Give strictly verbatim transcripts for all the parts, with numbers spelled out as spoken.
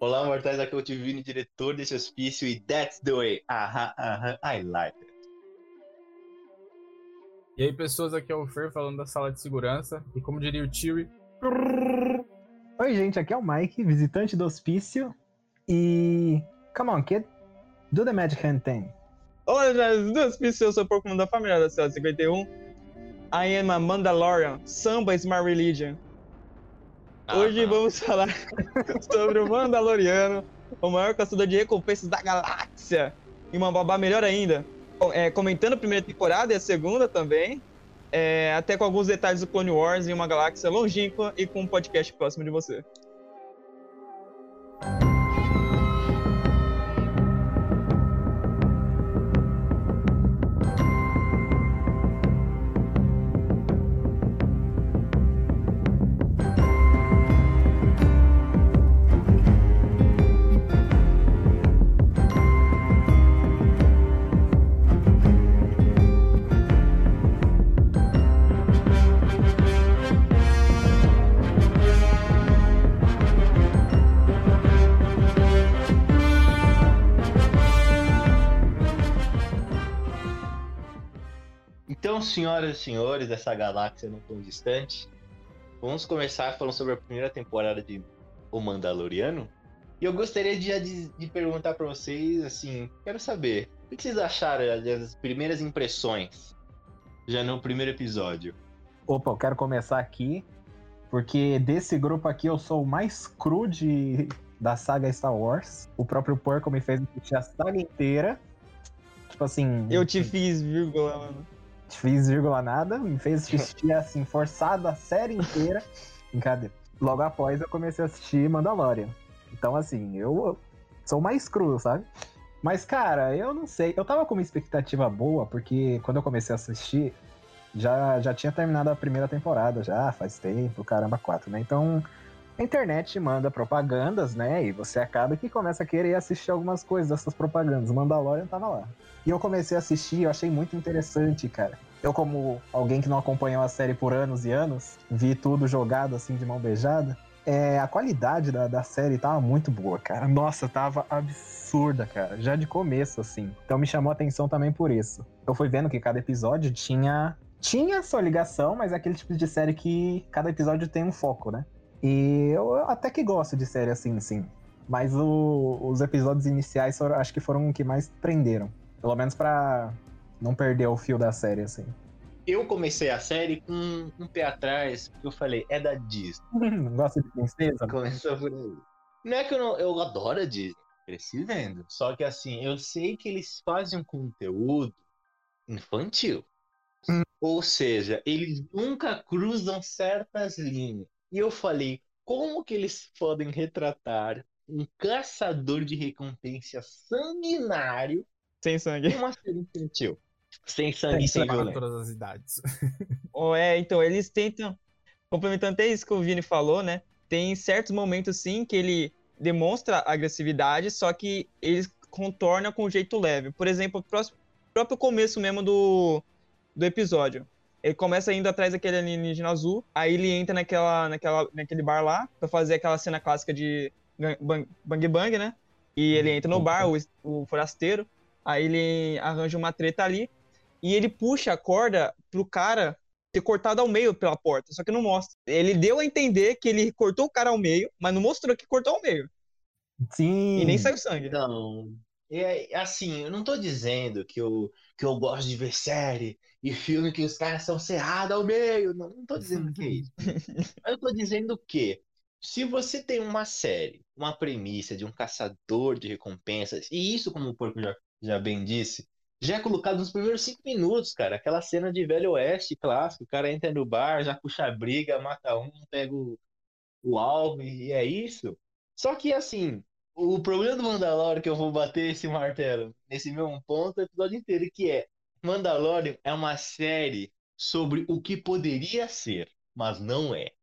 Olá, mortais, aqui é o Tivini, diretor desse hospício, e that's the way. Aham, aham, I like it. E aí, pessoas, aqui é o Fer falando da sala de segurança. E como diria o Chewie... Oi, gente, aqui é o Mike, visitante do hospício. E... Come on, kid. Do the magic hand thing. Olá, gente do hospício, eu sou o Pokémon da família da Cidade cinquenta e um. I am a Mandalorian. Samba is my religion. Hoje Aham. vamos falar sobre o Mandaloriano, o maior caçador de recompensas da galáxia. E uma babá melhor ainda. É, comentando a primeira temporada e a segunda também. É, até com alguns detalhes do Clone Wars em uma galáxia longínqua e com um podcast próximo de você. Então, senhoras e senhores dessa galáxia não tão distante, vamos começar falando sobre a primeira temporada de O Mandaloriano. E eu gostaria de, de, de perguntar para vocês, assim, quero saber, o que vocês acharam das primeiras impressões, já no primeiro episódio? Opa, eu quero começar aqui, porque desse grupo aqui eu sou o mais cru de, da saga Star Wars. O próprio Porco me fez assistir a saga inteira. Tipo assim... Eu te fiz, vírgula, mano. Fiz vírgula nada, me fez assistir assim, forçado a série inteira. Brincadeira. Logo após eu comecei a assistir Mandalorian. Então, assim, eu sou mais cru, sabe? Mas, cara, eu não sei. Eu tava com uma expectativa boa, porque quando eu comecei a assistir, já, já tinha terminado a primeira temporada, já faz tempo, caramba, quatro, né? Então, a internet manda propagandas, né? E você acaba que começa a querer assistir algumas coisas dessas propagandas. O Mandalorian tava lá. E eu comecei a assistir, eu achei muito interessante, cara. Eu, como alguém que não acompanhou a série por anos e anos, vi tudo jogado assim de mão beijada. É, a qualidade da, da série tava muito boa, cara. Nossa, tava absurda, cara. Já de começo, assim. Então me chamou a atenção também por isso. Eu fui vendo que cada episódio tinha... Tinha sua ligação, mas é aquele tipo de série que cada episódio tem um foco, né? E eu até que gosto de série assim, sim. Mas o, os episódios iniciais foram, acho que foram o que mais prenderam. Pelo menos pra não perder o fio da série, assim. Eu comecei a série com um pé atrás, porque eu falei, é da Disney. Não gosta de princesa? Começou por aí. Não é que eu não... Eu adoro a Disney, cresci vendo. Só que assim, eu sei que eles fazem um conteúdo infantil. Hum. Ou seja, eles nunca cruzam certas linhas. E eu falei, como que eles podem retratar um caçador de recompensa sanguinário Sem sangue. em uma série infantil? Sem sangue e Sem sem Para violência. todas as idades. Oh, é, então, eles tentam, complementando até isso que o Vini falou, né? Tem certos momentos, sim, que ele demonstra agressividade, só que ele contorna com um jeito leve. Por exemplo, o próximo- próprio começo mesmo do, do episódio. Ele começa indo atrás daquele alienígena azul, aí ele entra naquela, naquela, naquele bar lá, pra fazer aquela cena clássica de gan- bang bang, bang né? E ele entra no bar, o, o forasteiro, aí ele arranja uma treta ali, e ele puxa a corda pro cara ter cortado ao meio pela porta, só que não mostra. Ele deu a entender que ele cortou o cara ao meio, mas não mostrou que cortou ao meio. Sim. E nem saiu sangue. Então, é, assim, eu não tô dizendo que eu, que eu gosto de ver série e filme que os caras são cerrados ao meio. Não, não tô dizendo que é isso. Mas eu tô dizendo que, se você tem uma série, uma premissa de um caçador de recompensas, e isso, como o Porco já, já bem disse, já é colocado nos primeiros cinco minutos, cara. Aquela cena de Velho Oeste clássico, o cara entra no bar, já puxa a briga, mata um, pega o, o alvo, e é isso. Só que, assim, o problema do Mandalorian, que eu vou bater esse martelo nesse mesmo ponto o episódio inteiro, que é Mandalorian é uma série sobre o que poderia ser, mas não é.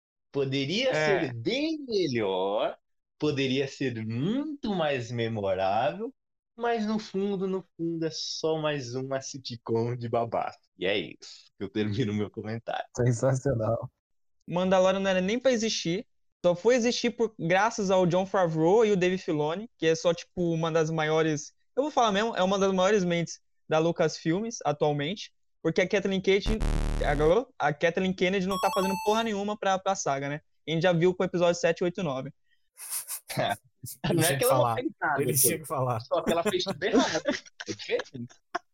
Poderia É. ser bem melhor, poderia ser muito mais memorável, mas no fundo, no fundo, é só mais uma sitcom de babá. E é isso que eu termino meu comentário. Sensacional. Mandalorian não era nem pra existir, Só foi existir por, graças ao Jon Favreau e o Dave Filoni, que é só, tipo, uma das maiores... Eu vou falar mesmo, é uma das maiores mentes da Lucasfilmes, atualmente, porque a Kathleen Kennedy, a Kathleen Kennedy não tá fazendo porra nenhuma pra, pra saga, né? A gente já viu com o episódio sete, oito e nove. Ele Não é tinha que que ela falar. não fez nada, Ele pô. tinha que falar. Só que ela fez tudo errado. É diferente.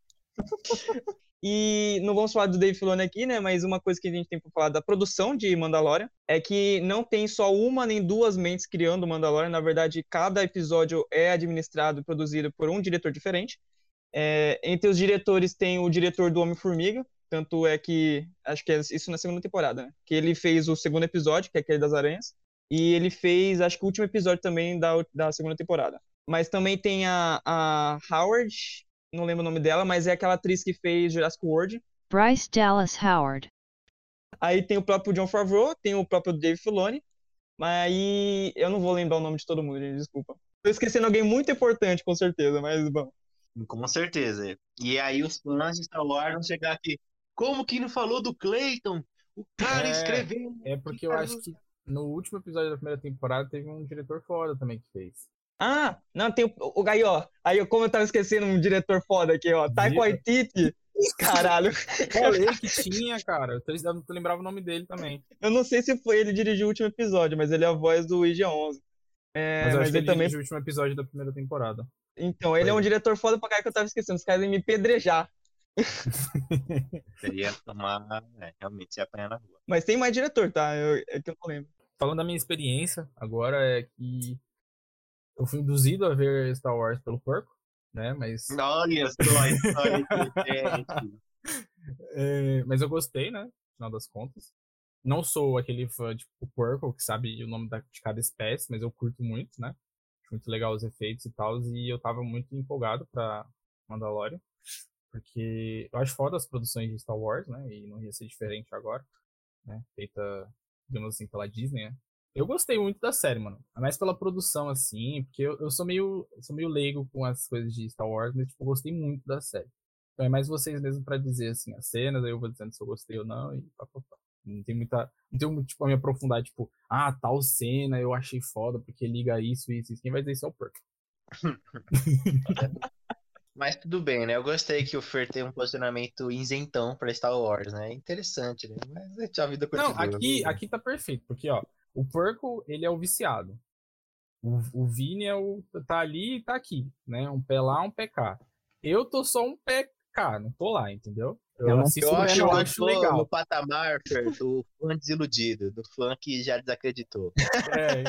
E não vamos falar do Dave Filoni aqui, né? Mas uma coisa que a gente tem pra falar da produção de Mandalorian é que não tem só uma nem duas mentes criando o Mandalorian. Na verdade, cada episódio é administrado e produzido por um diretor diferente. É, entre os diretores tem o diretor do Homem-Formiga, tanto é que, acho que é isso na segunda temporada, né? Que ele fez o segundo episódio, que é aquele das aranhas, e ele fez, acho que o último episódio também da, da segunda temporada. Mas também tem a, a Howard, não lembro o nome dela, mas é aquela atriz que fez Jurassic World. Bryce Dallas Howard. Aí tem o próprio Jon Favreau, tem o próprio Dave Filoni, mas aí eu não vou lembrar o nome de todo mundo, gente, desculpa. Tô esquecendo alguém muito importante, com certeza, mas bom. Com certeza. E aí os fãs de Star Wars vão chegar aqui. Como que não falou do Clayton? O cara É, escreveu. É porque eu acho que no último episódio da primeira temporada teve um diretor foda também que fez. Ah, não, tem o, o aí, ó. Aí, como eu tava esquecendo um diretor foda aqui, ó. Taika Waititi. Caralho. Falei que tinha, cara. Eu não lembrava o nome dele também. Eu não sei se foi ele que dirigiu o último episódio, mas ele é a voz do Ouija onze. É, Mas eu mas acho que ele ele também. dirigiu o último episódio da primeira temporada. Então, ele Foi é um ele. diretor foda pra cá que eu tava esquecendo. Os caras iam me pedrejar. Seria tomar. É, realmente se apanhar na rua. Mas tem mais diretor, tá? Eu, é que eu não lembro. Falando da minha experiência, agora é que eu fui induzido a ver Star Wars pelo Porco, né? Mas, Olha só a história que gente. é, mas eu gostei, né? No final das contas. Não sou aquele fã de tipo, Porco, que sabe o nome da, de cada espécie, mas eu curto muito, né? Acho muito legal os efeitos e tal. E eu tava muito empolgado pra Mandalorian. Porque eu acho foda as produções de Star Wars, né? E não ia ser diferente agora, né? Feita, digamos assim, pela Disney, né? Eu gostei muito da série, mano. Mais pela produção, assim, porque eu, eu sou meio sou meio leigo com as coisas de Star Wars, mas, tipo, eu gostei muito da série. Então é mais vocês mesmo pra dizer, assim, as cenas, aí eu vou dizendo se eu gostei ou não, e pá, pá, pá. Não tem muita... Não tem, muito, tipo, a me aprofundar, tipo, ah, tal cena eu achei foda, porque liga isso, isso, isso. Quem vai dizer isso é o Porco. Mas tudo bem, né? Eu gostei que o Fer tem um posicionamento isentão pra Star Wars, né? Interessante, né? Mas a vida Não, continua. aqui, aqui tá perfeito, porque, ó, o Porco, ele é o viciado. O, o Vini é o, tá ali e tá aqui, né? Um pé lá, um pé cá. Eu tô só um pé cá, não tô lá, entendeu? Eu, Eu não assisto Eu porque acho eu que eu acho tô legal. no patamar, Fer, do fã desiludido, do fã que já desacreditou. É,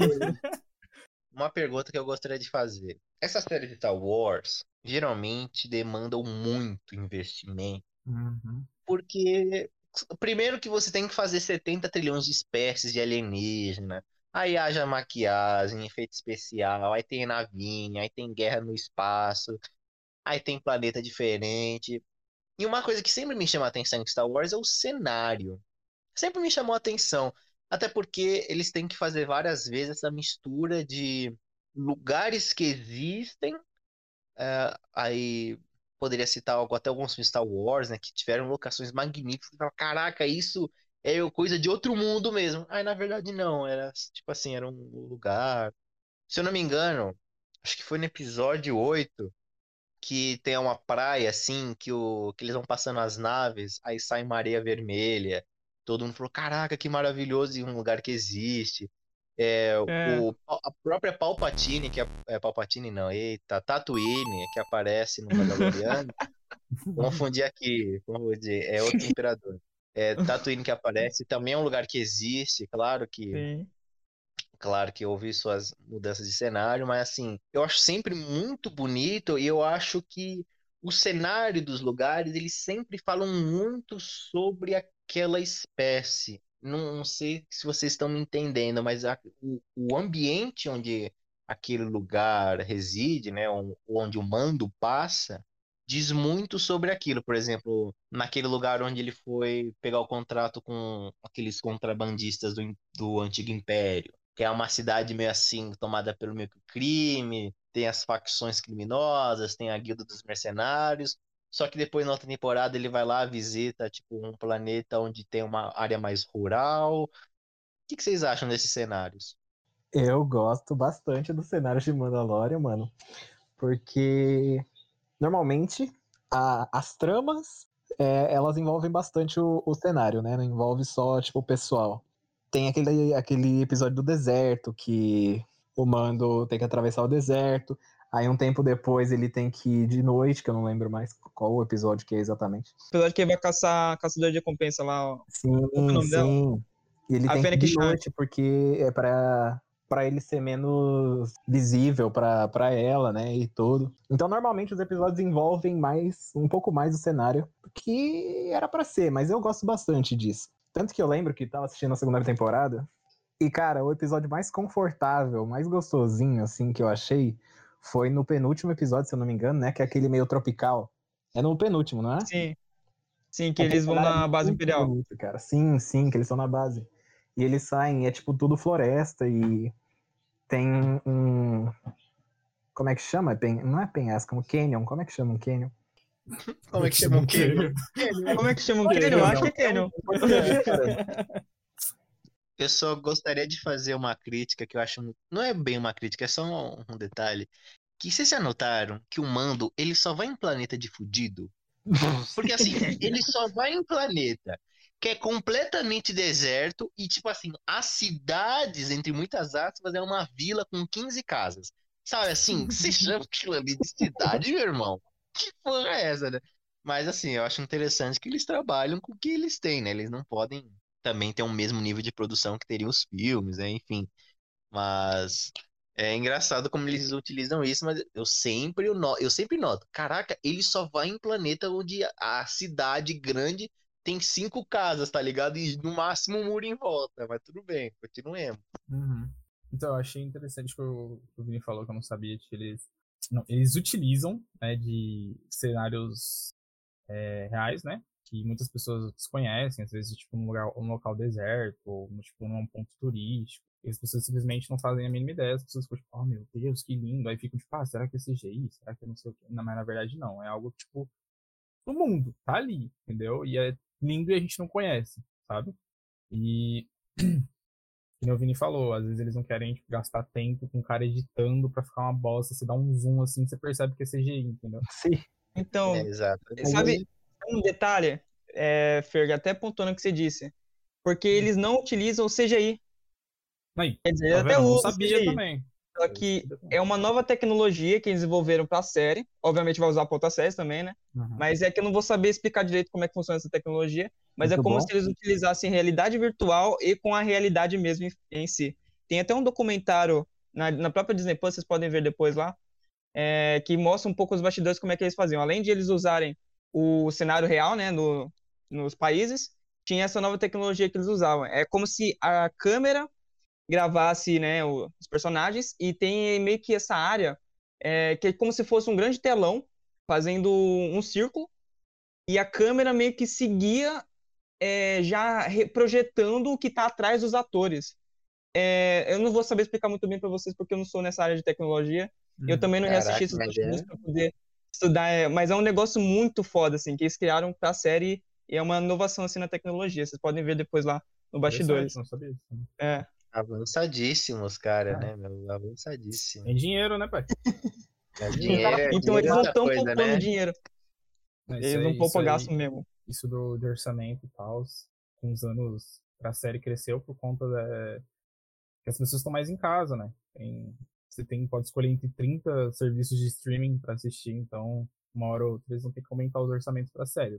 Uma pergunta que eu gostaria de fazer. Essas séries de Star Wars geralmente demandam muito investimento, uhum. porque primeiro que você tem que fazer setenta trilhões de espécies de alienígena, aí haja maquiagem, efeito especial, aí tem navinha, aí tem guerra no espaço, aí tem planeta diferente. E uma coisa que sempre me chama a atenção em Star Wars é o cenário. Sempre me chamou a atenção. Até porque eles têm que fazer várias vezes essa mistura de lugares que existem. eh, aí poderia citar algo, até alguns filmes Star Wars, né? Que tiveram locações magníficas. Você fala, caraca, isso é coisa de outro mundo mesmo. Aí na verdade não, era tipo assim, era um lugar. Se eu não me engano, acho que foi no episódio oito que tem uma praia assim, que, o, que eles vão passando as naves, aí sai uma areia vermelha. Todo mundo falou, caraca, que maravilhoso, e um lugar que existe. É, É. o, a própria Palpatine, que é, é Palpatine não, eita, Tatooine, que aparece no Mandaloriano. Confundi aqui, confundi, é outro imperador. É, Tatooine que aparece, também é um lugar que existe, claro que Sim. Claro que houve suas mudanças de cenário, mas assim, eu acho sempre muito bonito e eu acho que o cenário dos lugares, eles sempre falam muito sobre aquela espécie. Não, não sei se vocês estão me entendendo, mas a- o, o ambiente onde aquele lugar reside, né, on- onde o mando passa, diz muito sobre aquilo. Por exemplo, naquele lugar onde ele foi pegar o contrato com aqueles contrabandistas do, im- do antigo Império, que é uma cidade meio assim, tomada pelo meio que crime, tem as facções criminosas, tem a guilda dos mercenários. Só que depois, na outra temporada, ele vai lá, visita, tipo, um planeta onde tem uma área mais rural. que, que vocês acham desses cenários? Eu gosto bastante do cenário de Mandalorian, mano. Porque normalmente a- as tramas é, elas envolvem bastante o, o cenário, né? Não envolve só tipo, o pessoal. Tem aquele, aquele episódio do deserto que o Mando tem que atravessar o deserto. Aí um tempo depois ele tem que ir de noite, que eu não lembro mais qual o episódio que é exatamente. Apesar que ele vai caçar caçador de recompensa lá, ó. Sim, Qual que é o nome dela? sim. E ele A tem que ir Fennec de Shand. noite porque é pra, pra ele ser menos visível pra, pra ela, né? E tudo. Então, normalmente os episódios envolvem mais, um pouco mais o cenário que era pra ser, mas eu gosto bastante disso. Tanto que eu lembro que tava assistindo a segunda temporada. E, cara, o episódio mais confortável, mais gostosinho, assim, que eu achei foi no penúltimo episódio, se eu não me engano, né? Que é aquele meio tropical. É no penúltimo, não é? Sim, sim, que Aquele eles vão cenário na é base muito imperial. bonito, cara. Sim, sim, que eles estão na base. E eles saem, é tipo tudo floresta e tem um. Como é que chama? Pen... Não é penhasco, um canyon. Como é que chama um canyon? Como é que chama o Canyon? Canyon? Como é que chama o Canyon, Canyon? Eu acho não. que é Canyon. Eu só gostaria de fazer uma crítica que eu acho. mu- Não é bem uma crítica, é só um, um detalhe. Que vocês já notaram que o Mando, ele só vai em planeta de fudido? Porque assim, ele só vai em planeta que é completamente deserto e, tipo assim, as cidades, entre muitas aspas, é uma vila com quinze casas. Sabe assim, você chama aquilo ali de cidade, meu irmão? Que porra é essa, né? Mas assim, eu acho interessante que eles trabalham com o que eles têm, né? Eles não podem também ter o mesmo nível de produção que teriam os filmes, né? Enfim. Mas é engraçado como eles utilizam isso, mas eu sempre, no- eu sempre noto, caraca, ele só vai em planeta onde a a cidade grande tem cinco casas, tá ligado? E no máximo um muro em volta, mas tudo bem, continuemos. Uhum. Então, eu achei interessante que o, que o Vini falou que eu não sabia que eles. Não, eles utilizam, né, de cenários é, reais, né? Que muitas pessoas desconhecem, às vezes, tipo, num lugar, um local deserto, ou tipo, num ponto turístico. E as pessoas simplesmente não fazem a mínima ideia. As pessoas ficam tipo, oh meu Deus, que lindo. Aí ficam tipo, ah, será que é C G I? Será que é não sei o quê? Não, mas na verdade não. É algo, tipo, do mundo. Tá ali, entendeu? E é lindo e a gente não conhece, sabe? E que nem o Vini falou, às vezes eles não querem tipo, gastar tempo com o cara editando pra ficar uma bosta. Você dá um zoom assim, você percebe que é C G I, entendeu? Sim. Então, É, exato. sabe, um detalhe, é, Ferg, até pontuando o que você disse, porque eles não utilizam o C G I. Aí, Quer dizer, tá eles até vendo? Eu não usam o sabia C G I. também. Só Eu que sabia também. é uma nova tecnologia que eles desenvolveram para a série. Obviamente vai usar para outras séries também, né? Uhum. Mas é que eu não vou saber explicar direito como é que funciona essa tecnologia. Mas é Muito como bom. se eles utilizassem realidade virtual e com a realidade mesmo em, em si. Tem até um documentário na, na própria Disney Plus, vocês podem ver depois lá, é, que mostra um pouco os bastidores como é que eles faziam. Além de eles usarem o cenário real, né, no, nos países, tinha essa nova tecnologia que eles usavam. É como se a câmera gravasse, né, o- os personagens e tem meio que essa área é, que é como se fosse um grande telão fazendo um círculo e a câmera meio que seguia é, já re- projetando o que está atrás dos atores. É, eu não vou saber explicar muito bem para vocês porque eu não sou nessa área de tecnologia. Eu Uhum. também não reassisti Caraca, esses mas bastidores é. para poder estudar, é, mas é um negócio muito foda assim que eles criaram para a série e é uma inovação assim na tecnologia. Vocês podem ver depois lá no Interessante, bastidores. não sabia disso. também. É. Avançadíssimos, cara, Ah, né, meu? Avançadíssimo. tem dinheiro, né, pai? É dinheiro, é Então dinheiro eles é não outra estão coisa, poupando né? dinheiro. Isso Eles aí, não isso poupam aí, gasto mesmo. isso do, do orçamento e tal, com os anos, a série cresceu por conta da, que as pessoas estão mais em casa, né? Tem, você tem, pode escolher entre trinta serviços de streaming pra assistir, então uma hora ou outra eles vão ter que aumentar os orçamentos pra série,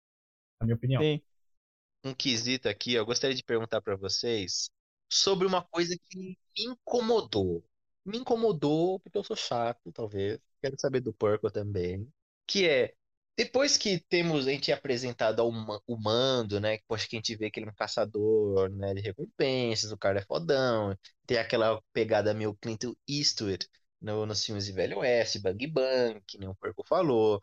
na minha opinião. Sim. Um quesito aqui, eu gostaria de perguntar pra vocês sobre uma coisa que me incomodou. Me incomodou porque eu sou chato, talvez. Quero saber do Porco também. Que é, depois que temos a gente é apresentado ao ma- o Mando, né? Que poxa, que a gente vê que ele é um caçador, né, de recompensas, o cara é fodão. Tem aquela pegada meio Clint Eastwood no, nos filmes de Velho Oeste, Bang Bang, que nem o Porco falou.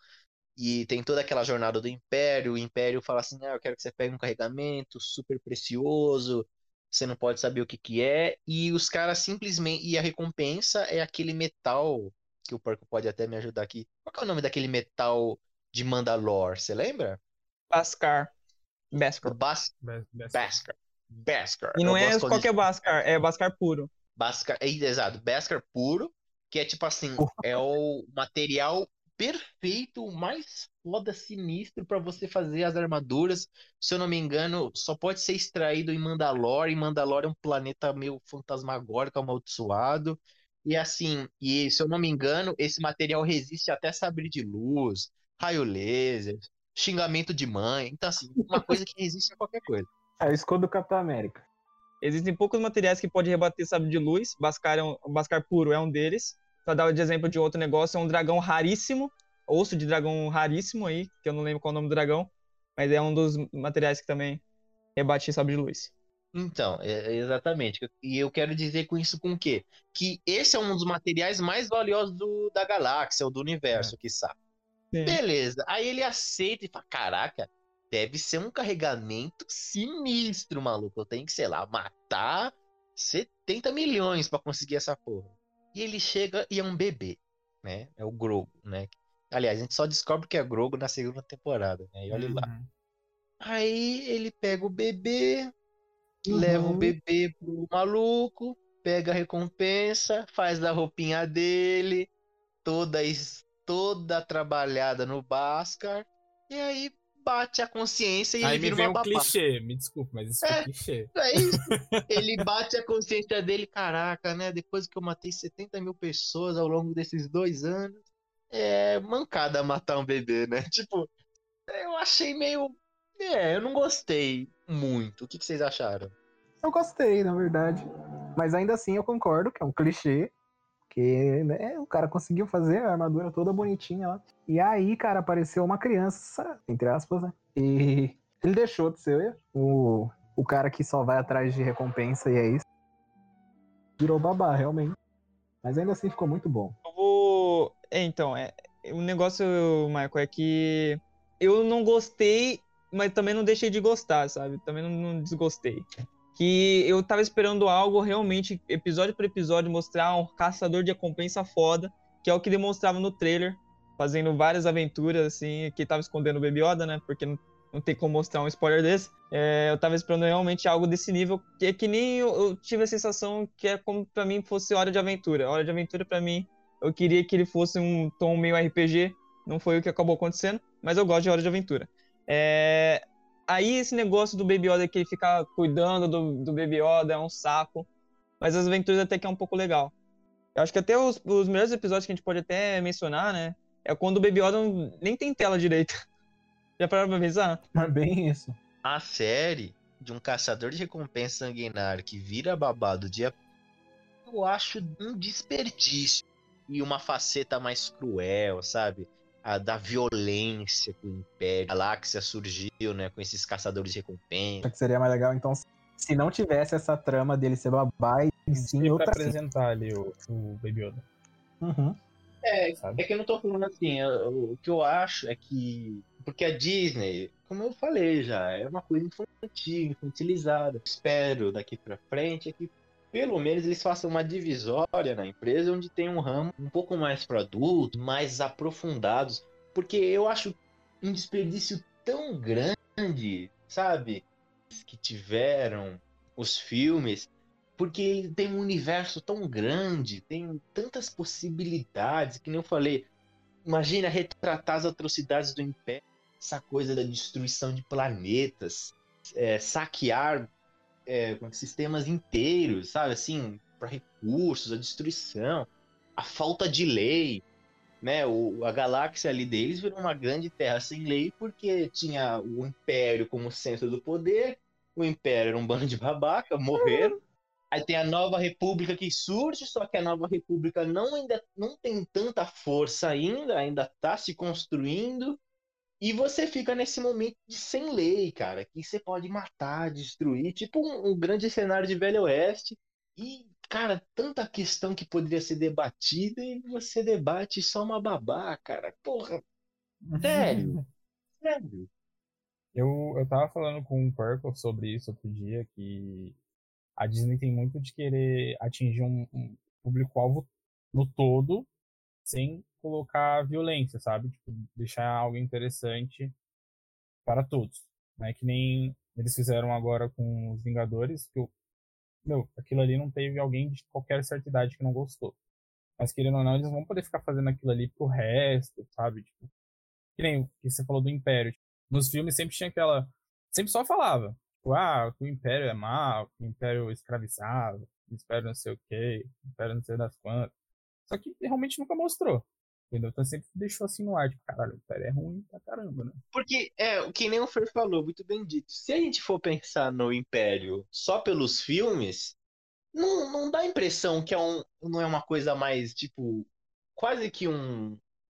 E tem toda aquela jornada do Império. O Império fala assim: ah, eu quero que você pegue um carregamento super precioso, você não pode saber o que que é. E os caras simplesmente. E a recompensa é aquele metal, que o Porco pode até me ajudar aqui. Qual que é o nome daquele metal de Mandalore? Você lembra? Bhaskar. O Bhaskar. Bas Best, best. Beskar. Beskar. E não Eu é gosto quando qualquer eles- Bhaskar, é Bhaskar puro. Beskar, é, exato, Beskar puro, que é tipo assim, é o material perfeito, o mais foda, sinistro pra você fazer as armaduras. Se eu não me engano, só pode ser extraído em Mandalore. E Mandalore é um planeta meio fantasmagórico, amaldiçoado. E assim, e se eu não me engano, esse material resiste até sabre de luz, raio laser, xingamento de mãe. Então, assim, uma coisa que resiste a qualquer coisa. É o escudo do Capitão América. Existem poucos materiais que podem rebater sabre de luz. Bhaskar, é um, Bhaskar puro é um deles. Pra dar de exemplo de outro negócio, é um dragão raríssimo. Osso de dragão raríssimo aí, que eu não lembro qual é o nome do dragão. Mas é um dos materiais que também rebate sabre de luz. Então, é- é exatamente. E eu quero dizer com isso com o quê? Que esse é um dos materiais mais valiosos do- da galáxia, ou do universo, quiçá. Sim. Beleza. Aí ele aceita e fala: caraca, deve ser um carregamento sinistro, maluco. Eu tenho que, sei lá, matar setenta milhões pra conseguir essa porra. E ele chega e é um bebê, né? É o Grogu, né? Aliás, a gente só descobre que é Grogu na segunda temporada, né? E olha lá. Uhum. Aí ele pega o bebê, leva o Uhum. bebê pro maluco, pega a recompensa, faz a roupinha dele, toda, es- toda trabalhada no Bhaskar, e aí bate a consciência e ele Aí me vira vem uma um babá. clichê, me desculpe, mas isso foi É, clichê. é isso. Ele bate a consciência dele, caraca, né? Depois que eu matei setenta mil pessoas ao longo desses dois anos, é mancada matar um bebê, né? Tipo, eu achei meio. É, eu não gostei muito. O que que vocês acharam? Eu gostei, na verdade. Mas ainda assim eu concordo que é um clichê. Que, né, o cara conseguiu fazer a armadura toda bonitinha lá. E aí, cara, apareceu uma criança, entre aspas, né? E ele deixou de ser o, o cara que só vai atrás de recompensa e é isso. Virou babá, realmente. Mas ainda assim ficou muito bom. Eu vou. É, então, é... o negócio, Michael, é que eu não gostei, mas também não deixei de gostar, sabe? Também não, não desgostei. Que eu tava esperando algo realmente, episódio por episódio, mostrar um caçador de recompensa foda, que é o que demonstrava no trailer, fazendo várias aventuras, assim, que tava escondendo o Baby Yoda, né? Porque não, não tem como mostrar um spoiler desse. É, eu tava esperando realmente algo desse nível, que é que nem eu, eu tive a sensação que é como pra mim fosse Hora de Aventura. Hora de Aventura, pra mim, eu queria que ele fosse um tom meio R P G, não foi o que acabou acontecendo, mas eu gosto de Hora de Aventura. É... Aí esse negócio do Baby Yoda, que ele fica cuidando do, do Baby Yoda, é um saco, mas as aventuras até que é um pouco legal. Eu acho que até os, os melhores episódios que a gente pode até mencionar, né, é quando o Baby Yoda não- nem tem tela direito. Já pararam pra pensar? É bem isso. A série de um caçador de recompensa sanguinário que vira babá do dia, eu acho um desperdício. E uma faceta mais cruel, sabe? A da violência que o Império, a Galáxia surgiu, né? Com esses caçadores de recompensa. Acho que seria mais legal, então, se não tivesse essa trama dele ser babá e sim E pra outra. apresentar ali o, o Baby Yoda, Uhum. É, sabe? é que eu não tô falando assim, eu- o que eu acho é que. Porque a Disney, como eu falei já, é uma coisa infantil, infantilizada. Espero daqui pra frente é que pelo menos eles façam uma divisória na empresa onde tem um ramo um pouco mais para adultos, mais aprofundados. Porque eu acho um desperdício tão grande, sabe? Que tiveram os filmes. Porque tem um universo tão grande, tem tantas possibilidades, que nem eu falei. Imagina retratar as atrocidades do Império, essa coisa da destruição de planetas, é, saquear é, sistemas inteiros, sabe? Assim, para recursos, a destruição, a falta de lei, né? O, a galáxia ali deles virou uma grande terra sem lei porque tinha o Império como centro do poder. O Império era um bando de babaca, morreram. Aí tem a Nova República que surge, só que a Nova República não, ainda, não tem tanta força ainda, ainda está se construindo. E você fica nesse momento de sem lei, cara, que você pode matar, destruir, tipo um, um grande cenário de Velho Oeste. E, cara, tanta questão que poderia ser debatida e você debate só uma babá, cara. Porra, sério, sério. Eu, eu tava falando com o Purple sobre isso outro dia, que a Disney tem muito de querer atingir um, um público-alvo no todo, sem colocar violência, sabe? Tipo, deixar algo interessante para todos. Né? Que nem eles fizeram agora com os Vingadores, que eu, meu, aquilo ali não teve alguém de qualquer certa idade que não gostou. Mas querendo ou não, eles vão poder ficar fazendo aquilo ali pro resto, sabe? Tipo, que nem o que você falou do Império. Nos filmes sempre tinha aquela... Sempre só falava. Tipo, ah, que o Império é mau, que o Império escravizava, o Império não sei o quê, o Império não sei das quantas. Só que realmente nunca mostrou. Entendeu? Então sempre deixou assim no ar, tipo, caralho, o Império é ruim pra caramba, né? Porque, é, o que nem o Fer falou, muito bem dito. Se a gente for pensar no Império só pelos filmes, não, não dá a impressão que é um, não é uma coisa mais, tipo, quase que um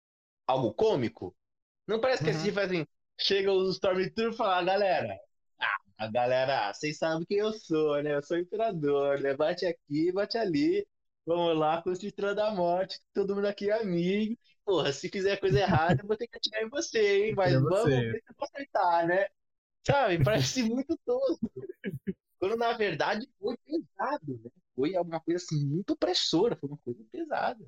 algo cômico. Não parece que é Uhum. tipo assim, chega os Stormtroopers e fala, "Ah, galera, ah, a galera, vocês sabem quem eu sou, né? Eu sou o imperador, né? Bate aqui, bate ali, vamos lá com o Estrela da Morte, todo mundo aqui é amigo. Porra, se fizer coisa errada, eu vou ter que atirar em você, hein? Era Mas vamos você. ver se eu vou acertar, né? Sabe? Parece muito tosco. Quando na verdade foi pesado, né? Foi alguma coisa assim muito opressora, foi uma coisa pesada.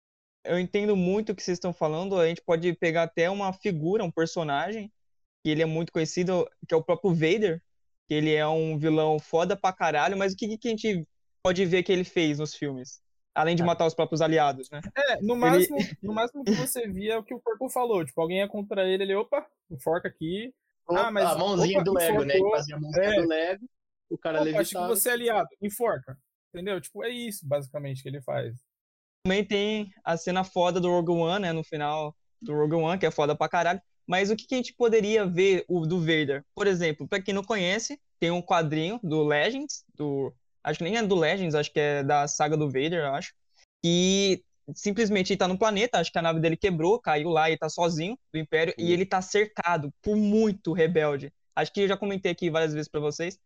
Eu entendo muito o que vocês estão falando. A gente pode pegar até uma figura, um personagem, que ele é muito conhecido, que é o próprio Vader, que ele é um vilão foda pra caralho, mas o que, que a gente pode ver que ele fez nos filmes? Além de matar os próprios aliados, né? É, no Ele, máximo, no máximo que você via é o que o corpo falou. Tipo, alguém ia contra ele, ele, opa, enforca aqui. Ah, A mas, mãozinha opa, do Lego, né? Ele enforcou. fazia a mãozinha do É, Lego, o cara opa, acho que levitava. você é aliado, enforca. Entendeu? Tipo, é isso, basicamente, que ele faz. também tem a cena foda do Rogue One, né? No final do Rogue One, que é foda pra caralho. Mas o que, que a gente poderia ver o, do Vader? Por exemplo, pra quem não conhece, tem um quadrinho do Legends, do... Acho que nem é do Legends, acho que é da saga do Vader, eu acho. Que simplesmente ele tá no planeta, acho que a nave dele quebrou, caiu lá e tá sozinho do Império, e ele tá cercado por muito rebelde. Acho que eu já comentei aqui várias vezes pra vocês.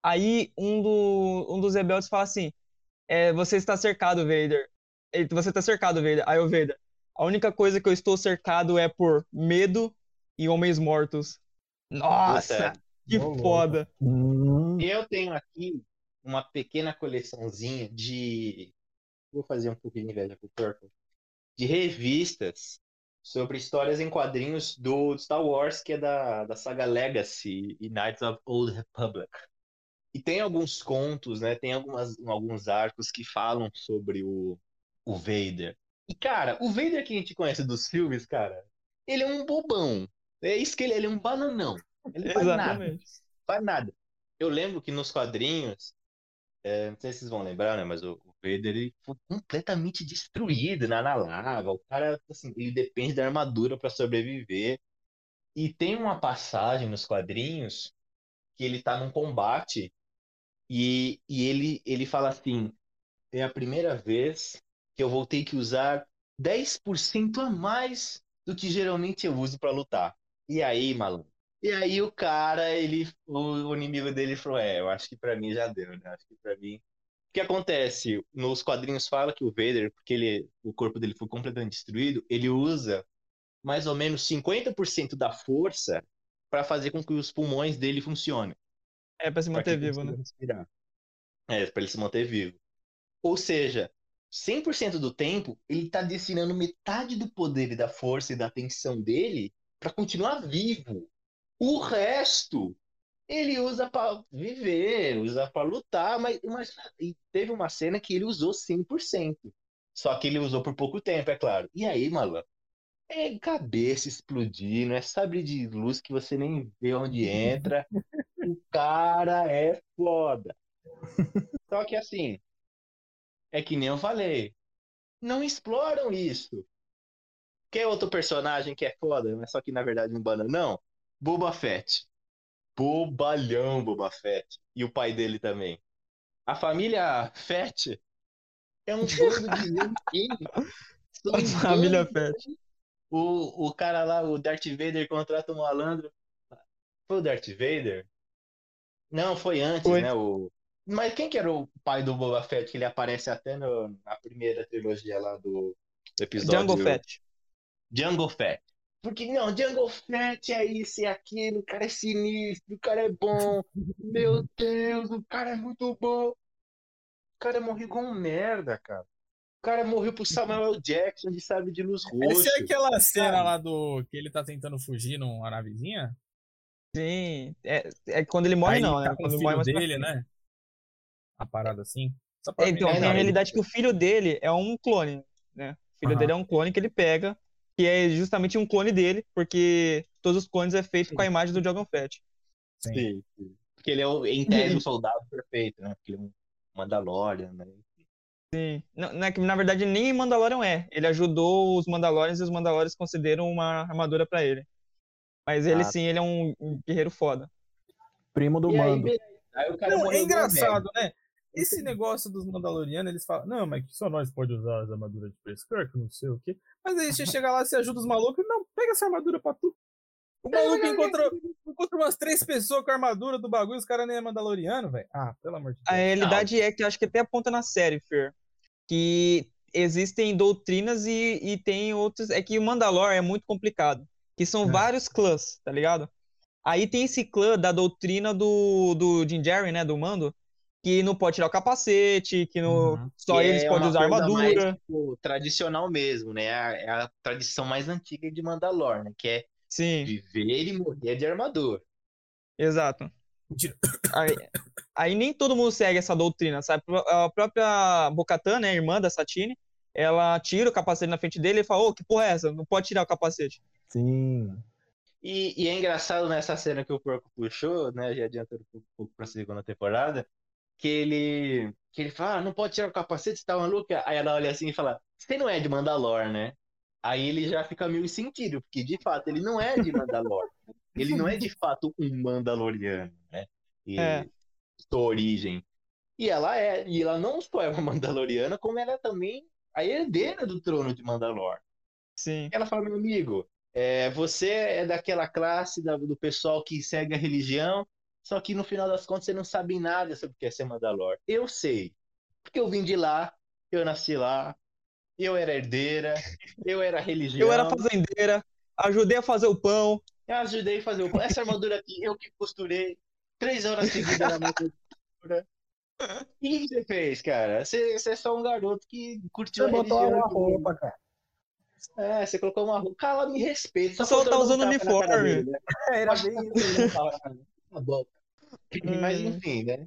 Aí um, do, um dos rebeldes fala assim: é, você está cercado, Vader. Ele, você está cercado, Vader. Aí o Vader: a única coisa que eu estou cercado é por medo e homens mortos. Nossa, Puta, que Ô, louco. foda. Hum, eu tenho aqui uma pequena coleçãozinha de. Vou fazer um pouquinho de inveja pro Purple. De revistas sobre histórias em quadrinhos do Star Wars, que é da, da saga Legacy e Knights of Old Republic. E tem alguns contos, né? Tem algumas, alguns arcos que falam sobre o, o Vader. E, cara, o Vader que a gente conhece dos filmes, cara, ele é um bobão. É isso que ele, ele é um bananão. Ele não faz nada. Exatamente. Faz nada. Eu lembro que nos quadrinhos, é, não sei se vocês vão lembrar, né? Mas o, o Vader ele foi completamente destruído na, na lava. O cara, assim, ele depende da armadura para sobreviver. E tem uma passagem nos quadrinhos que ele tá num combate e, e ele, ele fala assim: é a primeira vez que eu vou ter que usar dez por cento a mais do que geralmente eu uso para lutar. E aí, malandro? E aí o cara, ele, o, o inimigo dele falou: é, eu acho que para mim já deu, né? Acho que para mim. O que acontece? Nos quadrinhos fala que o Vader, porque ele, o corpo dele foi completamente destruído, ele usa mais ou menos cinquenta por cento da força para fazer com que os pulmões dele funcionem, É pra se para que manter vivo, né? consiga respirar. É, para ele se manter vivo. Ou seja, cem por cento do tempo, ele está destinando metade do poder e da força e da atenção dele para continuar vivo. O resto, ele usa para viver, usa para lutar, mas, mas e teve uma cena que ele usou cem por cento. Só que ele usou por pouco tempo, é claro. E aí, malandro? É cabeça explodindo, é sabre de luz que você nem vê onde entra. O cara é foda. Só que assim, é que nem eu falei. Não exploram isso. Quer outro personagem que é foda, mas só que na verdade um bananão? Boba Fett. Bobalhão Boba Fett. E o pai dele também. A família Fett é um bando de lampião. São A um família bando de... Fett. O, o cara lá, o Darth Vader, contrata um malandro. Foi o Darth Vader? Não, foi antes, Foi. né? O... Mas quem que era o pai do Boba Fett? Que ele aparece até no, na primeira trilogia lá do, do Jungle episódio Fett. Jungle Fett. Porque, não, Jungle Fett é isso e aquilo, o cara é sinistro, o cara é bom. Meu Deus, o cara é muito bom. O cara morreu igual um merda, cara. O cara morreu pro Samuel L. Jackson de sabre de luz Essa é roxo. aquela cena Sabe? lá do que ele tá tentando fugir numa navezinha? Sim. É, é quando ele morre, Aí não, tá né? com Quando o ele morre filho mais pra dele, frente. né? A parada assim. Só É, pra mim então, É, tem a não, lembrar. ele. realidade que o filho dele é um clone, né? O filho dele Aham, é um clone que ele pega, que é justamente um clone dele, porque todos os clones é feito com a imagem do Jango Fett. sim. Sim, sim. Porque ele é, o- em tese, o soldado perfeito, né? Porque ele é um Mandalorian, né? Sim. Não, não é que, na verdade, nem Mandalorian é. Ele ajudou os Mandalorians e os Mandalorians consideram uma armadura pra ele. Mas ele Ah, sim, ele é um um guerreiro foda. Primo do e aí, Mando. beleza. Aí o cara Não, é morreu igual velho. engraçado, né? Esse negócio dos Mandalorianos, eles falam, não, mas que só nós pode usar as armaduras de pescar, que não sei o quê. Mas aí você chega lá, você ajuda os malucos, não, pega essa armadura pra tu. O maluco encontra, encontra umas três pessoas com a armadura do bagulho, os caras nem é Mandaloriano, velho. Ah, pelo amor de A Deus. Não, realidade é que eu acho que até aponta na série, Fer, que existem doutrinas e, e tem outros. É que o Mandalor é muito complicado, que são É. vários clãs, tá ligado? Aí tem esse clã da doutrina do, do Din Djarin, né, do Mando, que não pode tirar o capacete, que no, Uhum. que só eles é podem uma usar coisa mais, armadura. tipo, tradicional mesmo, né? É a, é a tradição mais antiga de Mandalor, né? Que é Sim, viver e morrer de armadura. exato. Mentira. Aí, aí nem todo mundo segue essa doutrina, sabe? A própria Bo-Katan, né, irmã da Satine, ela tira o capacete na frente dele e fala, ô, que porra é essa? Não pode tirar o capacete. Sim. E, e é engraçado nessa cena que o porco puxou, né? Já adiantando um pouco pra segunda temporada, que ele, que ele fala, ah, não pode tirar o capacete, você tá maluco? Aí ela olha assim e fala, você não é de Mandalor, né? Aí ele já fica meio sentido, porque de fato ele não é de Mandalor. Ele não é de fato um Mandaloriano, né? É, E sua origem. E ela é, e ela não só é uma Mandaloriana, como ela é também a herdeira do trono de Mandalor. sim. Ela fala, meu amigo, é, você é daquela classe da- do pessoal que segue a religião, só que no final das contas você não sabe nada sobre o que é ser Mandalor. Eu sei, porque eu vim de lá, eu nasci lá, eu era herdeira, eu era Eu era religião, fazendeira, ajudei a fazer o pão. eu ajudei a fazer o... essa armadura aqui, eu que costurei, três horas seguidas na máquina de costura. O que você fez, cara? Você, você é só um garoto que curtiu Você a botou religião. uma roupa, cara. É, você colocou uma roupa. Cala, me respeita. O Só pessoal faltou tá eu dar um usando tapa na cara dele, uniforme. né? Era Acho que bem tá isso. faltando um tapa na cara dele. Tá bom. Mas Hum, enfim, né?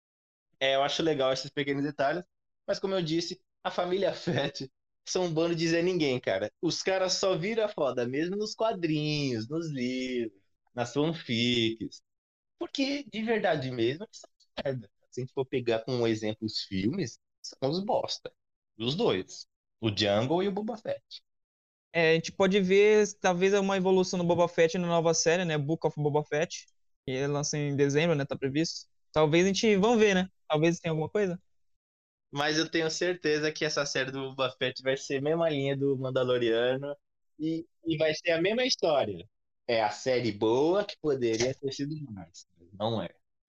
É, eu acho legal esses pequenos detalhes. Mas como eu disse, a família Fett são um bando de Zé Ninguém, cara. Os caras só viram foda mesmo nos quadrinhos, nos livros, nas fanfics. Porque, de verdade mesmo, eles são merda. Se a gente for pegar como exemplo os filmes, são os bosta. Os dois. O Jungle e o Boba Fett. é, a gente pode ver, talvez, uma evolução do Boba Fett na nova série, né? Book of Boba Fett. Que lança em dezembro, né? Tá previsto. Talvez a gente... Vamos ver, né? Talvez tenha alguma coisa. Mas eu tenho certeza que essa série do Boba Fett vai ser a mesma linha do Mandaloriano e, e vai ser a mesma história. É a série boa que poderia ter sido mais, mas não é.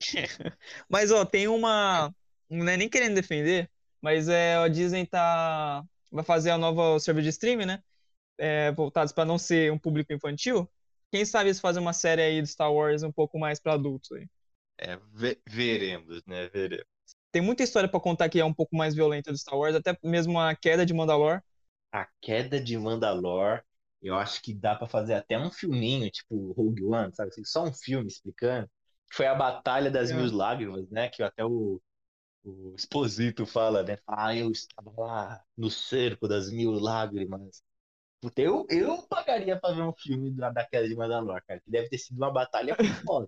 Mas, ó, tem uma... Não é nem querendo defender, mas é, a Disney tá... vai fazer a nova serviço de streaming, né? É, voltados para não ser um público infantil. Quem sabe eles fazem uma série aí de Star Wars um pouco mais para adultos aí. É, ve- veremos, né? Veremos. Tem muita história para contar que é um pouco mais violenta do Star Wars, até mesmo a queda de Mandalor. A queda de Mandalor, eu acho que dá pra fazer até um filminho, tipo Rogue One, sabe? Assim, só um filme explicando. Foi a Batalha das Mil É. Lágrimas, né? Que até o, o Exposito fala, né? Ah, eu estava lá no cerco das Mil Lágrimas. Puta, eu, eu pagaria pra ver um filme da, da queda de Mandalor, cara, que deve ter sido uma batalha foda.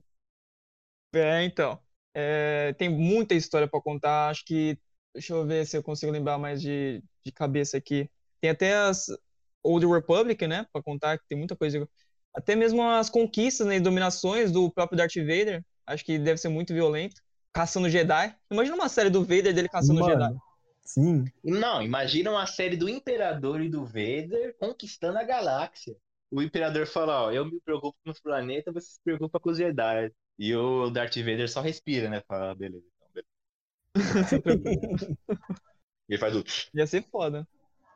É, então. É, tem muita história para contar. Acho que. Deixa eu ver se eu consigo lembrar mais de, de cabeça aqui. Tem até as Old Republic, né? Para contar, que tem muita coisa. Até mesmo as conquistas, né, e dominações do próprio Darth Vader. Acho que deve ser muito violento. Caçando Jedi. Imagina uma série do Vader dele caçando Jedi. Mano, sim. Não, imagina uma série do Imperador e do Vader conquistando a galáxia. O Imperador fala, ó, eu me preocupo com os planetas, você se preocupa com os Jedi. E o Darth Vader só respira, né? Fala, ah, beleza, então, beleza. Tranquilo. Ele faz o... Ia ser foda.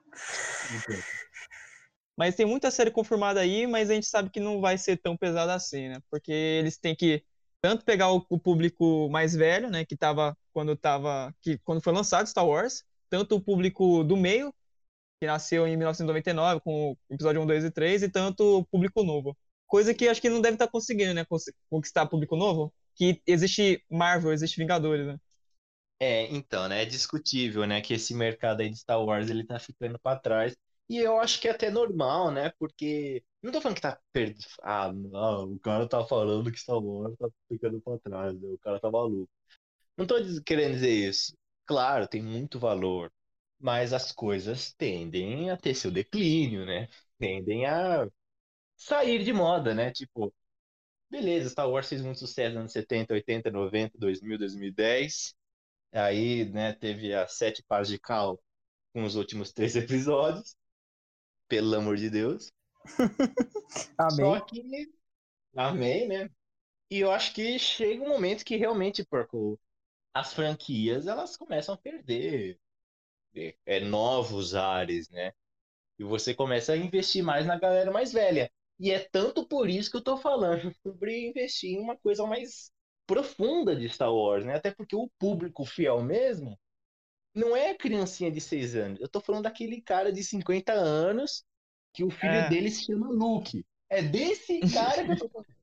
Mas tem muita série confirmada aí, mas a gente sabe que não vai ser tão pesada assim, né? Porque eles têm que tanto pegar o, o público mais velho, né, que tava quando tava que quando foi lançado Star Wars, tanto o público do meio, que nasceu em mil novecentos e noventa e nove com o episódio um, dois e três, e tanto o público novo. Coisa que eu acho que não deve estar conseguindo, né? cons- Conquistar público novo. Que existe Marvel, existe Vingadores, né? É, então, né? É discutível, né? Que esse mercado aí de Star Wars ele tá ficando pra trás. E eu acho que é até normal, né? Porque. Não tô falando que tá perdido. Ah, não, o cara tá falando que Star Wars tá ficando pra trás, né? O cara tá maluco. Não tô diz- querendo dizer isso. Claro, tem muito valor. Mas as coisas tendem a ter seu declínio, né? Tendem a sair de moda, né? Tipo, beleza, Star Wars fez muito sucesso nos anos setenta, oitenta, noventa, dois mil, dois mil e dez. Aí, né, teve as sete pás de cal com os últimos três episódios, pelo amor de Deus. Amei. Só que, amém, né? E eu acho que chega um momento que realmente, porco, as franquias, elas começam a perder é, novos ares, né? E você começa a investir mais na galera mais velha. E é tanto por isso que eu tô falando sobre investir em uma coisa mais profunda de Star Wars, né? Até porque o público fiel mesmo não é a criancinha de seis anos. Eu tô falando daquele cara de cinquenta anos que o filho É. dele se chama Luke. É desse cara que eu tô falando.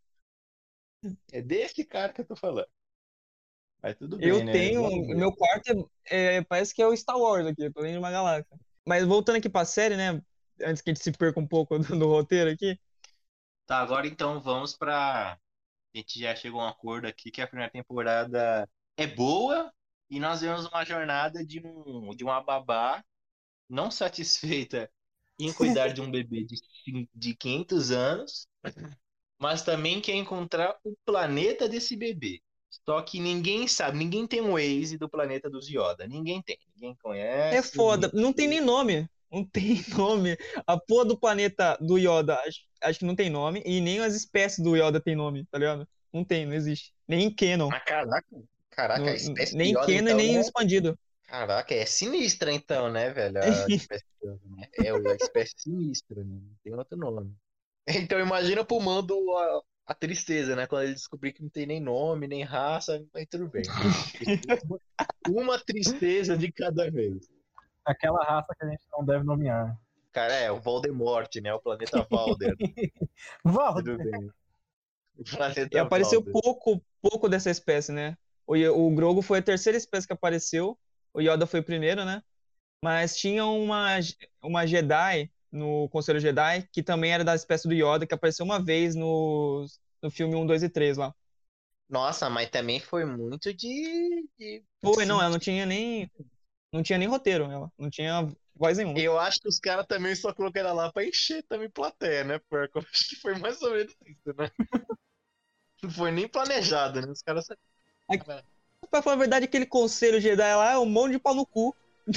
É desse cara que eu tô falando. Mas tudo Eu bem, né? tenho. Vamos ver. Meu quarto é, é- parece que é o Star Wars aqui, eu tô dentro de uma galáxia. Mas voltando aqui pra série, né? Antes que a gente se perca um pouco do, do roteiro aqui. Tá, agora então vamos pra. A gente já chegou a um acordo aqui que a primeira temporada é boa e nós vemos uma jornada de um de uma babá não satisfeita em cuidar de um bebê de, cin- de quinhentos anos, mas também quer encontrar o planeta desse bebê. Só que ninguém sabe, ninguém tem um Waze do planeta dos Yoda. Ninguém tem, ninguém É conhece, foda. ninguém. Não tem nem nome. Não tem nome. A porra do planeta do Yoda, acho, acho que não tem nome. E nem as espécies do Yoda tem nome, tá ligado? Não tem, não existe. Nem em Canon. Ah, caraca, caraca, a No- espécie nem de em Yoda Canon e então nem é. expandido. Caraca, é sinistra então, né, velho? A espécie de Yoda, né? É a espécie sinistra, né? Não tem outro nome. Então imagina pro Mando a, a tristeza, né? Quando ele descobrir que não tem nem nome, nem raça, mas tudo bem, né? Uma tristeza de cada vez. Aquela raça que a gente não deve nomear. Cara, é o Voldemort, né? O planeta Valder. Valdo! Tudo bem. O E planeta apareceu Valder. pouco, pouco dessa espécie, né? O, Yo- o Grogu foi a terceira espécie que apareceu. O Yoda foi o primeiro, né? Mas tinha uma, uma Jedi no Conselho Jedi que também era da espécie do Yoda, que apareceu uma vez no, no filme um, dois e três lá. Nossa, mas também foi muito de, de Foi, não, ela não sentido. tinha nem, não tinha nem roteiro, ela não tinha voz nenhuma. Eu acho que os caras também só colocaram lá pra encher também plateia, né? Porque eu acho que foi mais ou menos isso, né? Não foi nem planejado, né? Os caras só. Aí, pra falar a verdade, aquele Conselho Jedi lá é um monte de pau no cu.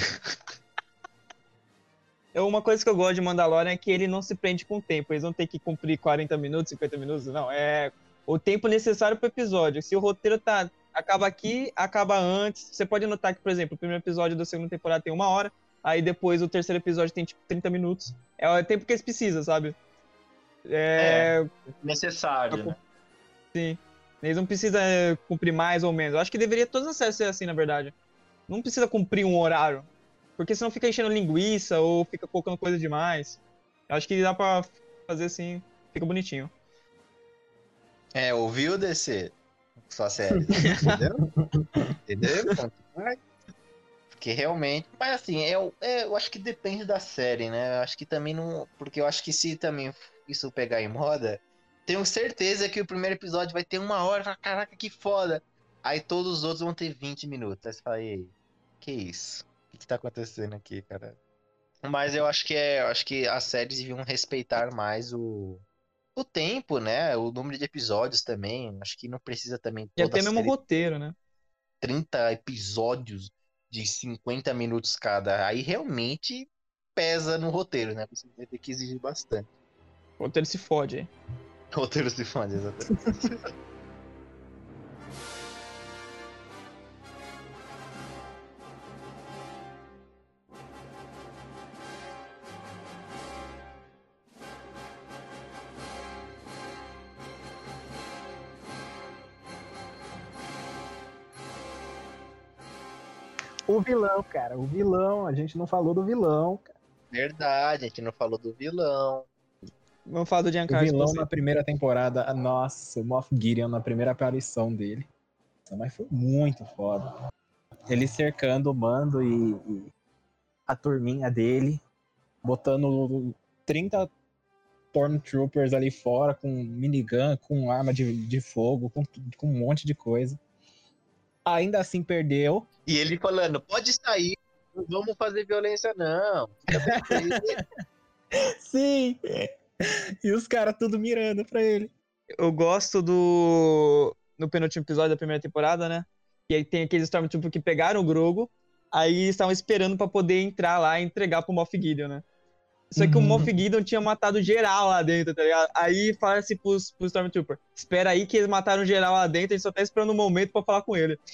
É uma coisa que eu gosto de Mandalorian é que ele não se prende com o tempo. Eles não tem que cumprir quarenta minutos, cinquenta minutos, não. É o tempo necessário pro episódio. Se o roteiro tá acaba aqui, acaba antes. Você pode notar que, por exemplo, o primeiro episódio da segunda temporada tem uma hora, aí depois o terceiro episódio tem tipo trinta minutos. É o tempo que eles precisam, sabe? É, É, necessário, né? sim. Eles não precisam é, cumprir mais ou menos. Eu acho que deveria todas as séries ser assim, na verdade. Não precisa cumprir um horário. Porque senão fica enchendo linguiça ou fica colocando coisa demais. Eu acho que dá pra fazer assim, fica bonitinho. É, ouviu descer sua série, entendeu? Entendeu? Vai. Porque realmente. Mas assim, eu, é, eu acho que depende da série, né? Eu acho que também não. Porque eu acho que se também isso pegar em moda, tenho certeza que o primeiro episódio vai ter uma hora. Fala, caraca, que foda! Aí todos os outros vão ter vinte minutos. Aí você fala, ei, que isso? O que, que tá acontecendo aqui, cara? Mas eu acho que é. Eu acho que as séries deviam respeitar mais o. O tempo, né? O número de episódios também. Acho que não precisa também E toda até mesmo o série roteiro, né? trinta episódios de cinquenta minutos cada. Aí realmente pesa no roteiro, né? Você vai ter que exigir bastante. O roteiro se fode aí. O roteiro se faz, exatamente. O vilão, cara. O vilão. A gente não falou do vilão. Cara. Verdade, a gente não falou do vilão. Vamos falar do O Giancarlo vilão Esposito. na primeira temporada, ah, nossa, o Moff Gideon na primeira aparição dele. Mas foi muito foda. Ele cercando o Mando e, e a turminha dele, botando trinta Stormtroopers ali fora, com minigun, com arma de, de fogo, com, com um monte de coisa. Ainda assim perdeu. E ele falando, pode sair, não vamos fazer violência não. Fica tranquilo. Sim! E os caras tudo mirando pra ele. Eu gosto do... No penúltimo episódio da primeira temporada, né? E aí tem aqueles Stormtroopers que pegaram o Grogu, aí estavam esperando pra poder entrar lá e entregar pro Moff Gideon, né? Só que Uhum. o Moff Gideon tinha matado geral lá dentro, tá ligado? Aí fala assim pros, pros Stormtroopers, espera aí que eles mataram geral lá dentro, a gente só tá esperando um momento pra falar com ele.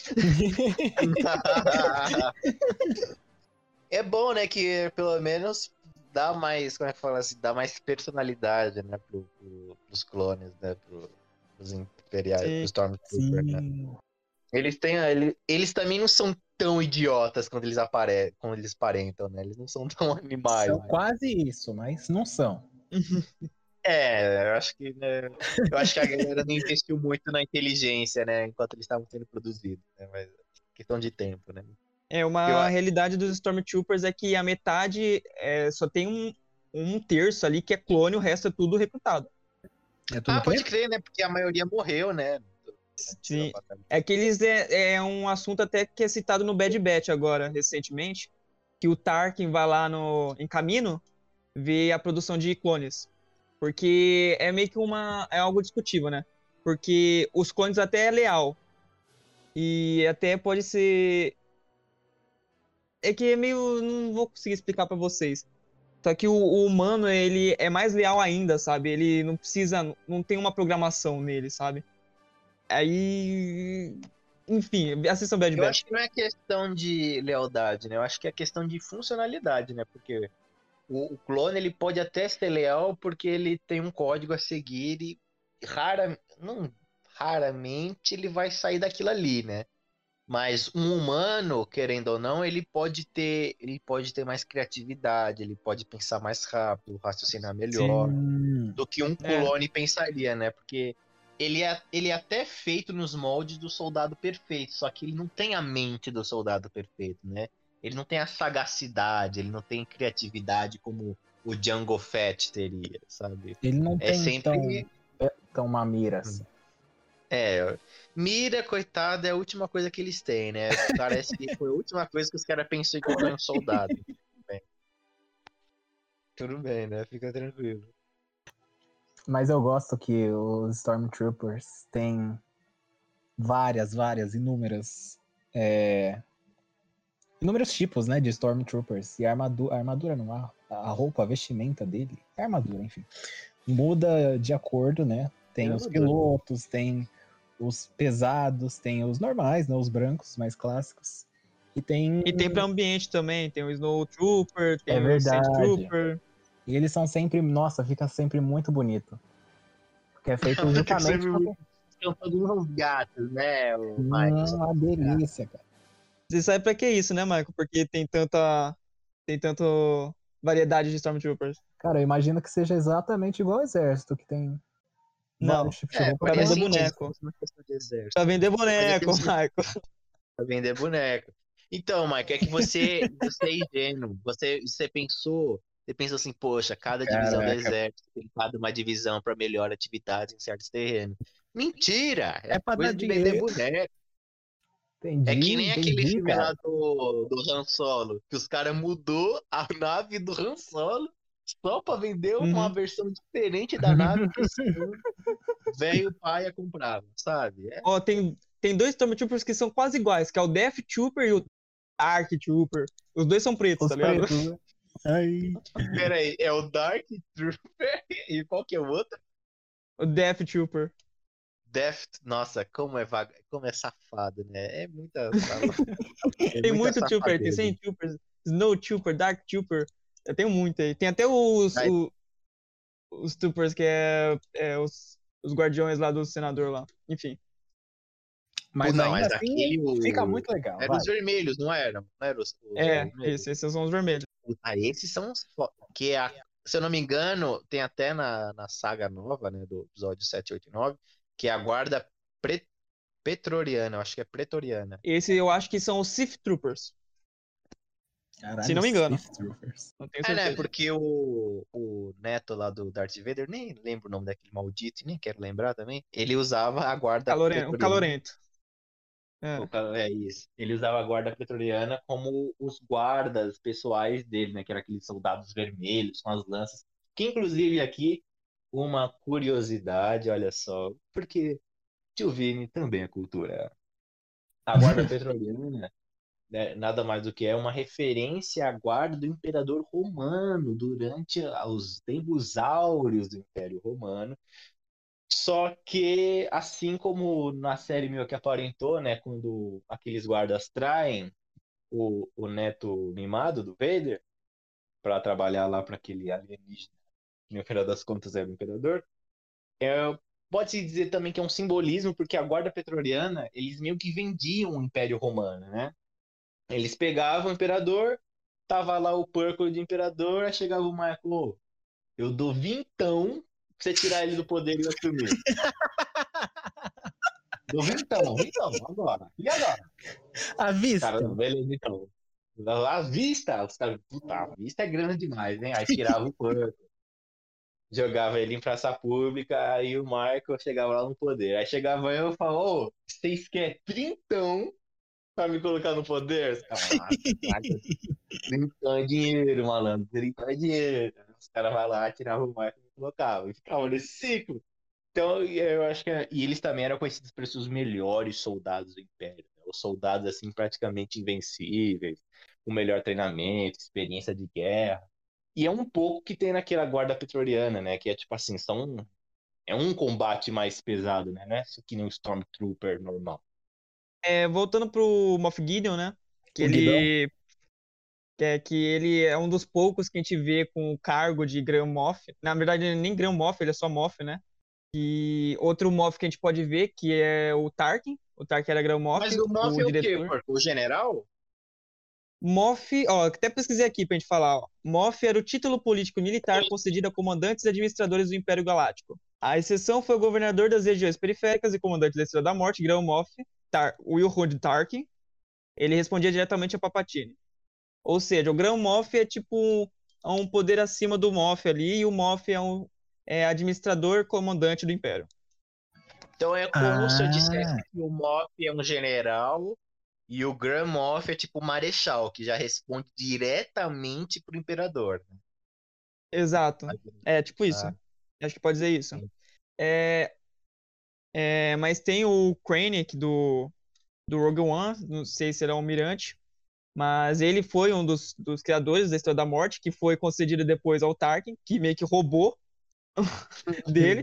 É bom, né, que pelo menos dá mais, como é que fala assim, dá mais personalidade, né, pro, pro, pros clones, né, pro, pros imperiais, Sim. pros Stormtroopers, né. Sim. Eles têm, eles, eles também não são tão idiotas quando eles aparecem, quando eles parentam, né, eles não são tão animais. São né? quase isso, mas não são. É, eu acho que, né, eu acho que a galera não investiu muito na inteligência, né, enquanto eles estavam sendo produzidos, né, mas questão de tempo, né. É, uma Eu- realidade dos Stormtroopers é que a metade é, só tem um, um terço ali que é clone, o resto é tudo recrutado. É tudo Ah, o quê? pode crer, né, porque a maioria morreu, né. Sim. É que eles é, é um assunto até que é citado no Bad Batch agora, recentemente, que o Tarkin vai lá no, em Camino ver a produção de clones. Porque é meio que uma... é algo discutível, né? Porque os clones até é leal. E até pode ser... É que é meio... não vou conseguir explicar pra vocês. Só que o, o humano, ele é mais leal ainda, sabe? Ele não precisa... não tem uma programação nele, sabe? Aí... Enfim, assistam Bad Eu Batch. acho que não é questão de lealdade, né? Eu acho que é questão de funcionalidade, né? Porque o, o clone ele pode até ser leal porque ele tem um código a seguir e rara, não, raramente ele vai sair daquilo ali, né? Mas um humano, querendo ou não, ele pode ter, ele pode ter mais criatividade, ele pode pensar mais rápido, raciocinar melhor Sim. do que um É. clone pensaria, né? Porque ele é, ele é até feito nos moldes do soldado perfeito, só que ele não tem a mente do soldado perfeito, né? Ele não tem a sagacidade, ele não tem criatividade como o Jango Fett teria, sabe? Ele não É tem sempre... tão, tão uma mira assim. É, mira, coitada, é a última coisa que eles têm, né? Parece que foi a última coisa que os caras pensou em colocar em um soldado. Tudo bem. Tudo bem, né? Fica tranquilo. Mas eu gosto que os Stormtroopers têm várias, várias, inúmeras. É... Inúmeros tipos, né, de Stormtroopers. E a armadura, a armadura não, a, a roupa, a vestimenta dele, a armadura, enfim. Muda de acordo, né? Tem É os armadura. pilotos, tem os pesados, tem os normais, né? Os brancos, mais clássicos. E tem. E tem pra ambiente também, tem o Snow Trooper, tem É o verdade. Sand Trooper. E eles são sempre. Nossa, fica sempre muito bonito. Porque é feito Fica justamente. sempre pra- muito- São todos uns gatos, né, o Michael? Não, uma delícia, cara. Você sabe pra que isso, né, Michael? Porque tem tanta. Tem tanta variedade de Stormtroopers. Cara, eu imagino que seja exatamente igual ao exército, que tem. Não. vários tipos de É, roupa. Pra faria vender sentido boneco. se fosse uma questão de exército. Pra vender boneco, Mas é que- Michael. Pra vender boneco. Então, Mike, é que você, você é ingênuo. Você, você pensou, você pensou assim, poxa, cada divisão do Caraca. exército tem cada uma divisão para melhor atividade em certos terrenos. Mentira! É, É pra coisa dar de vender dinheiro. boneco. Entendi, É que nem aquele entendi, filme cara. lá do, do Han Solo, que os caras mudou a nave do Han Solo só pra vender uma Uhum. versão diferente da nave que esse velho paia comprava, sabe? É, Ó, tem, tem dois Stormtroopers que são quase iguais, que é o Death Trooper e o Dark Trooper. Os dois são pretos, Os tá ligado? pretos, né? Ai. peraí, é o Dark Trooper e qual que é o outro? O Death Trooper. Death, nossa, como é vaga, como é safado, né? É muita. é Tem muita muito Trooper, tem safadeza. cem Troopers, Snow Trooper, Dark Trooper. Eu tenho muito aí. Tem até os, Aí- o- os Troopers que é, é os, os guardiões lá do senador lá. Enfim. Mas não, ainda mas assim, aquele. O... fica muito legal. Eram vai. os vermelhos, não eram? Não eram os, os É, vermelhos? esses, esses são os vermelhos. Ah, esses são os fo- que é a, se eu não me engano, tem até na, na saga nova, né, do episódio sete, oito e nove, que é a guarda pre- pretoriana, eu acho que é pretoriana. Esse eu acho que são os Sith Troopers, Caralho, se não me engano. Sith Troopers. Não tenho É, né, certeza. porque o, o neto lá do Darth Vader, nem lembro o nome daquele maldito, nem quero lembrar também, ele usava a guarda Calorento, o pretoriana. calorento. É. O ca- É isso. Ele usava a guarda pretoriana como os guardas pessoais dele, né? Que eram aqueles soldados vermelhos com as lanças. Que inclusive aqui, uma curiosidade, olha só, porque tio Vini também é cultura. A guarda pretoriana, né, nada mais do que é uma referência à guarda do imperador romano durante os tempos áureos do Império Romano. Só que, assim como na série meio que aparentou, né, quando aqueles guardas traem o, o neto mimado do Vader para trabalhar lá para aquele alienígena, que no final das contas era o imperador, é, pode-se dizer também que é um simbolismo, porque a guarda pretoriana, eles meio que vendiam o Império Romano, né? Eles pegavam o imperador, tava lá o Purple de imperador, aí chegava o Michael, "Ô, eu dou vintão pra você tirar ele do poder e eu assumir. Dou vintão, vintão, agora. E agora? À vista. Cara, beleza, então. A vista, os caras, puta, a vista é grande demais, hein? Aí tirava o corpo, jogava ele em praça pública, aí o Michael chegava lá no poder. Aí chegava eu e falava, ô, vocês querem trintão pra me colocar no poder? Os caras, ah, caraca, trintão é dinheiro, malandro, trintão é dinheiro. Os caras vão lá, tiravam o Michael e colocavam. E ficava nesse ciclo. Então, eu acho que. E eles também eram conhecidos por ser os melhores soldados do Império, né? Os soldados, assim, praticamente invencíveis, com melhor treinamento, experiência de guerra. E é um pouco que tem naquela guarda pretoriana, né? Que é tipo assim, são. É um combate mais pesado, né? Não é que nem um Stormtrooper normal. É, voltando pro Moff Gideon, né? Que O Guidão. ele, que é, que ele é um dos poucos que a gente vê com o cargo de Grand Moff. Na verdade, ele nem Grand Moff, ele é só Moff, né? E outro Moff que a gente pode ver, que é o Tarkin. O Tarkin era Grand Moff, Mas o Moff o é o quê, diretor. porco? O general? Moff, ó, até pesquisei aqui pra gente falar, ó. Moff era o título político militar concedido a comandantes e administradores do Império Galáctico. A exceção foi o governador das regiões periféricas e comandante da Estrela da Morte, Grand Moff, Tar Wilhood Tarkin. Ele respondia diretamente a Palpatine. Ou seja, o Grand Moff é tipo um poder acima do Moff ali, e o Moff é um é administrador comandante do Império. Então é como Ah. se eu dissesse que o Moff é um general e o Grand Moff é tipo o marechal, que já responde diretamente pro imperador, né? Exato. É, tipo isso. Ah. Acho que pode dizer isso. Sim. É, é, mas tem o Krennic do, do Rogue One, não sei se ele é um almirante, mas ele foi um dos, dos criadores da Estrela da Morte, que foi concedido depois ao Tarkin, que meio que roubou dele.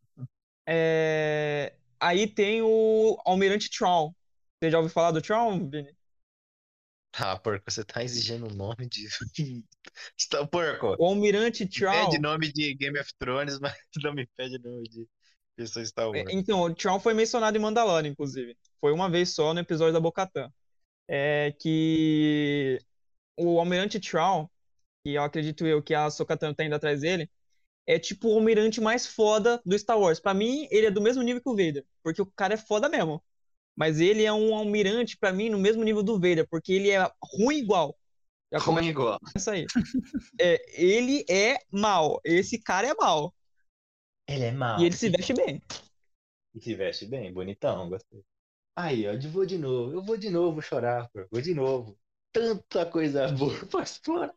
É, aí tem o Almirante Thrawn. Você já ouviu falar do Thrawn, Vini? Ah, porco, você tá exigindo o nome de. Você tá- Porco, O Almirante pede Thrawn. nome de Game of Thrones, mas não me pede nome de pessoa Star É, Wars. Então, o Thrawn foi mencionado em Mandalorian, inclusive. Foi uma vez só no episódio da Bo-Katan. É que o Almirante Thrawn, e eu acredito eu que a Ahsoka Tano tá indo atrás dele, é tipo o almirante mais foda do Star Wars. Pra mim, ele é do mesmo nível que o Vader, porque o cara é foda mesmo. Mas ele é um almirante, pra mim, no mesmo nível do Vader, porque ele é ruim igual. Já Ruim igual. começa aí. É, ele é mal. Esse cara é mal. Ele é mau. E ele se veste bem. E se veste bem, bonitão, gostei. Aí, ó, eu vou de novo. Eu vou de novo chorar, porco. Vou de novo. Tanta coisa boa pra explorar.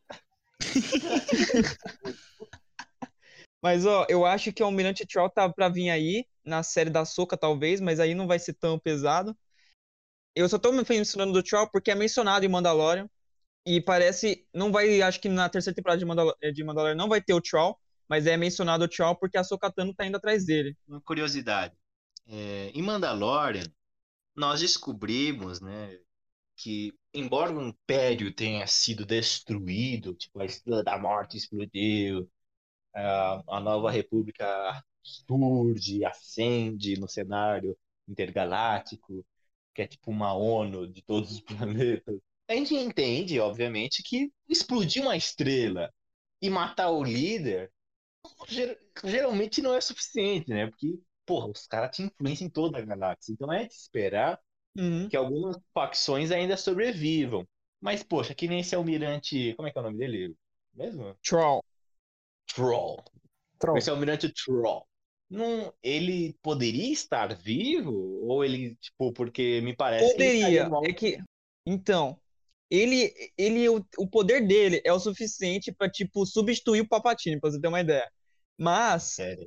Mas, ó, eu acho que o Almirante Thrawn tá pra vir aí, na série da Ahsoka, talvez, mas aí não vai ser tão pesado. Eu só tô mencionando do Thrawn porque é mencionado em Mandalorian. E parece, não vai, acho que na terceira temporada de, Mandal de Mandalorian não vai ter o Thrawn, mas é mencionado o Thrawn porque a Ahsoka Tano tá indo atrás dele. Uma curiosidade. É, em Mandalorian, nós descobrimos, né, que embora o Império tenha sido destruído, tipo, a Estrela da Morte explodiu, a, a Nova República surge, ascende no cenário intergaláctico, que é tipo uma ONU de todos os planetas. A gente entende, obviamente, que explodiu uma estrela. e matar o líder, ger- geralmente não é suficiente, né? Porque, porra, os caras tinham influência em toda a galáxia. Então é de esperar Uhum. que algumas facções ainda sobrevivam. Mas, poxa, que nem esse almirante. Como é que é o nome dele? Mesmo? Troll. Troll. Troll. Esse almirante Troll. Não, ele poderia estar vivo? Ou ele, tipo, porque me parece que ele estaria Poderia. no É alto. que. Então. Ele, ele, o, o poder dele é o suficiente pra, tipo, substituir o Palpatine, pra você ter uma ideia. Mas É,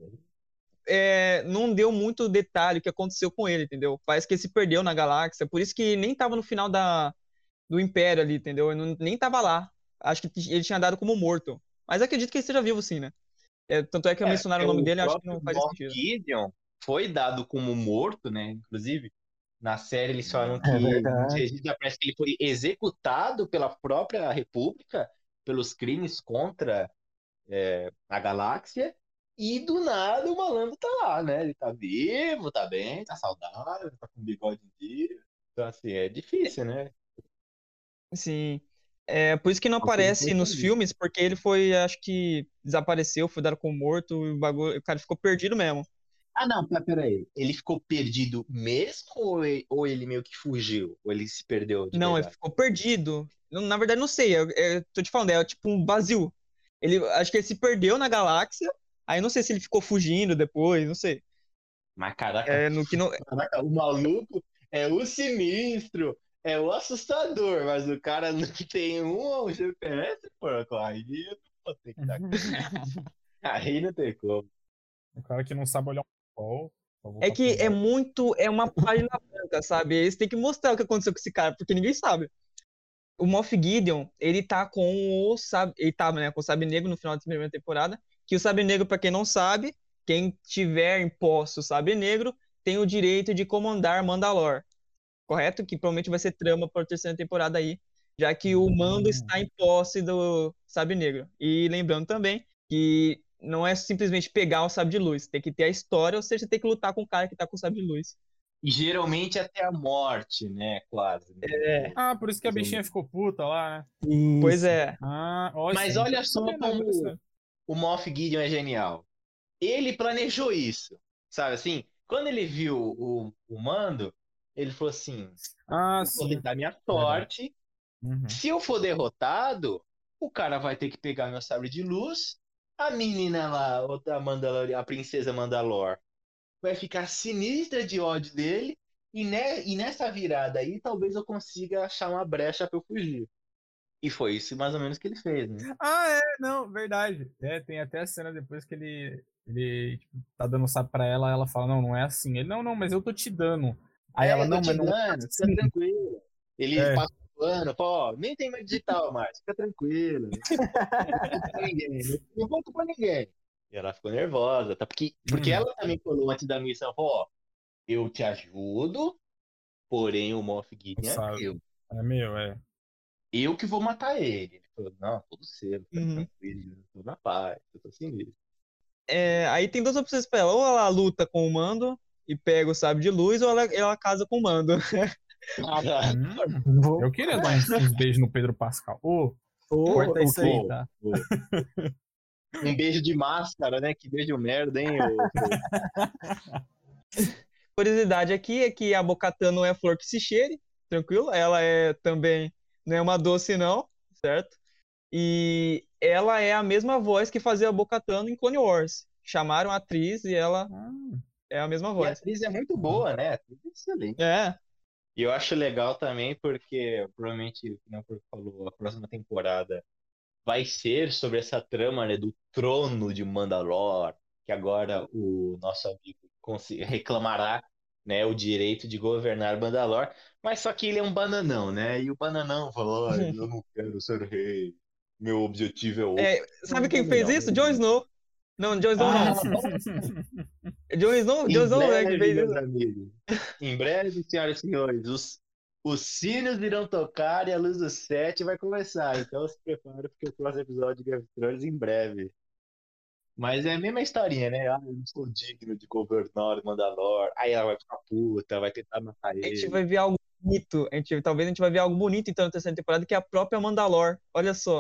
é, não deu muito detalhe o que aconteceu com ele, entendeu? Parece que ele se perdeu na galáxia, por isso que nem tava no final da, do Império ali, entendeu? Ele não, nem tava lá. Acho que ele tinha dado como morto. Mas acredito que ele esteja vivo, sim, né? É, tanto é que é, mencionaram porque o nome o dele, acho que próprio não faz Moff sentido. Gideon foi dado como morto, né? Inclusive, na série eles falam É que nos verdade. registros parece que ele foi executado pela própria República pelos crimes contra a galáxia. E do nada o malandro tá lá, né? Ele tá vivo, tá bem, tá saudável, tá com bigode em dia. Então, assim, é difícil, né? Sim. É, por isso que não Porque ele foi aparece nos perdido. filmes, porque ele foi, acho que, desapareceu, foi dado como morto, e o bagulho, o cara ficou perdido mesmo. Ah, não, pera- peraí. Ele ficou perdido mesmo ou ele, ou ele meio que fugiu? Ou ele se perdeu de Não, ele verdade? ficou perdido. Não, na verdade, não sei. Eu, eu tô te falando, é tipo um vazio. Ele, acho que ele se perdeu na galáxia. Aí não sei se ele ficou fugindo depois, não sei. Mas caraca, É, no que não. caraca, o maluco é o sinistro, é o assustador, mas o cara não tem um G P S, porco. Aí eu vou ter que dar. Aí não tem como. O cara que não sabe olhar um sol, só É voltar pro que é norte. muito. É uma página branca, sabe? Eles têm que mostrar o que aconteceu com esse cara, porque ninguém sabe. O Moff Gideon, ele tá com o Sabe, ele tava, né, com o Sabre Negro no final da primeira temporada, que o Sabre Negro, pra quem não sabe, quem tiver em posse o Sabre Negro tem o direito de comandar Mandalor, correto? Que provavelmente vai ser trama para a terceira temporada aí, já que o Mando Hum. está em posse do Sabre Negro. E lembrando também que não é simplesmente pegar o Sabre de Luz, tem que ter a história, ou seja, tem que lutar com o cara que tá com o Sabre de Luz. E geralmente até a morte, né? Quase. Né? É, Ah, por isso que a Mais ou bichinha menos. ficou puta lá, né? pois Isso. é. Ah, ó, isso Mas aí não olha quero só saber, não, como interessante. o Moff Gideon é genial. Ele planejou isso, sabe assim? Quando ele viu o, o Mando, ele falou assim: Ah, eu vou sim, tentar minha verdade. sorte. Uhum. Se eu for derrotado, o cara vai ter que pegar meu sabre de luz. A menina lá, outra Mandalor, a princesa Mandalor, vai ficar sinistra de ódio dele. E, ne- e nessa virada aí, talvez eu consiga achar uma brecha pra eu fugir. E foi isso mais ou menos que ele fez, né? Ah, é, não, verdade. É, tem até a cena depois que ele, ele tipo, tá dando sapo pra ela, ela fala, não, não é assim. Ele, não, não, mas eu tô te dando. Aí É, ela, eu tô não, te mas não é dando, fica assim. tranquilo. Ele É. passa o pano, pô, nem tem mais digital mais, fica tranquilo. Não conto pra ninguém, não não conto pra ninguém. E ela ficou nervosa, tá? Porque, porque Uhum. ela também falou antes da missão, pô, eu te ajudo, porém o Moff Gideon é Sabe? meu. É meu, é. Eu que vou matar ele. Ele falou, não, tudo cedo, fica Uhum. tranquilo, eu tô na paz, eu tô assim mesmo. É, aí tem duas opções pra ela. Ou ela luta com o Mando e pega o sabre de luz, ou ela, ela casa com o Mando. Hum, Vou... eu queria dar uns, uns beijos no Pedro Pascal. Ô, Ô, corta o isso aí, quê? tá? Pô, um beijo de máscara, né? Que beijo merda, hein? ô- Curiosidade aqui é que a Bo-Katan não é flor que se cheire, tranquilo? Ela é também, não é uma doce não, certo? E ela é a mesma voz que fazia a Bo-Katan em Clone Wars. Chamaram a atriz e ela Hum, é a mesma E a voz. atriz é muito hum. boa, né? A atriz é excelente. É, E eu acho legal também porque, provavelmente, como o Porco falou, a próxima temporada vai ser sobre essa trama, né, do trono de Mandalor, que agora o nosso amigo consi- reclamará, né, o direito de governar Mandalor, mas só que ele é um bananão, né? E o bananão falou, "Ai, eu não quero ser rei, meu objetivo é outro." é, É sabe um quem fez bananão, isso? mas Jon beleza. Snow. Não, Jon Snow Ah, não. Jon Snow, Jon em Snow, né, que breve, fez meus isso. amigos, em breve, senhoras e senhores, os, os sinos irão tocar e a luz do set vai começar. Então se prepara porque o próximo episódio de Game of Thrones em breve. Mas é a mesma historinha, né? Ah, eu não sou digno de governar Mandalor. Aí ela vai ficar puta, vai tentar matar A gente ele. vai ver algo bonito. A gente, talvez a gente vai ver algo bonito então na terceira temporada, que é a própria Mandalor. Olha só.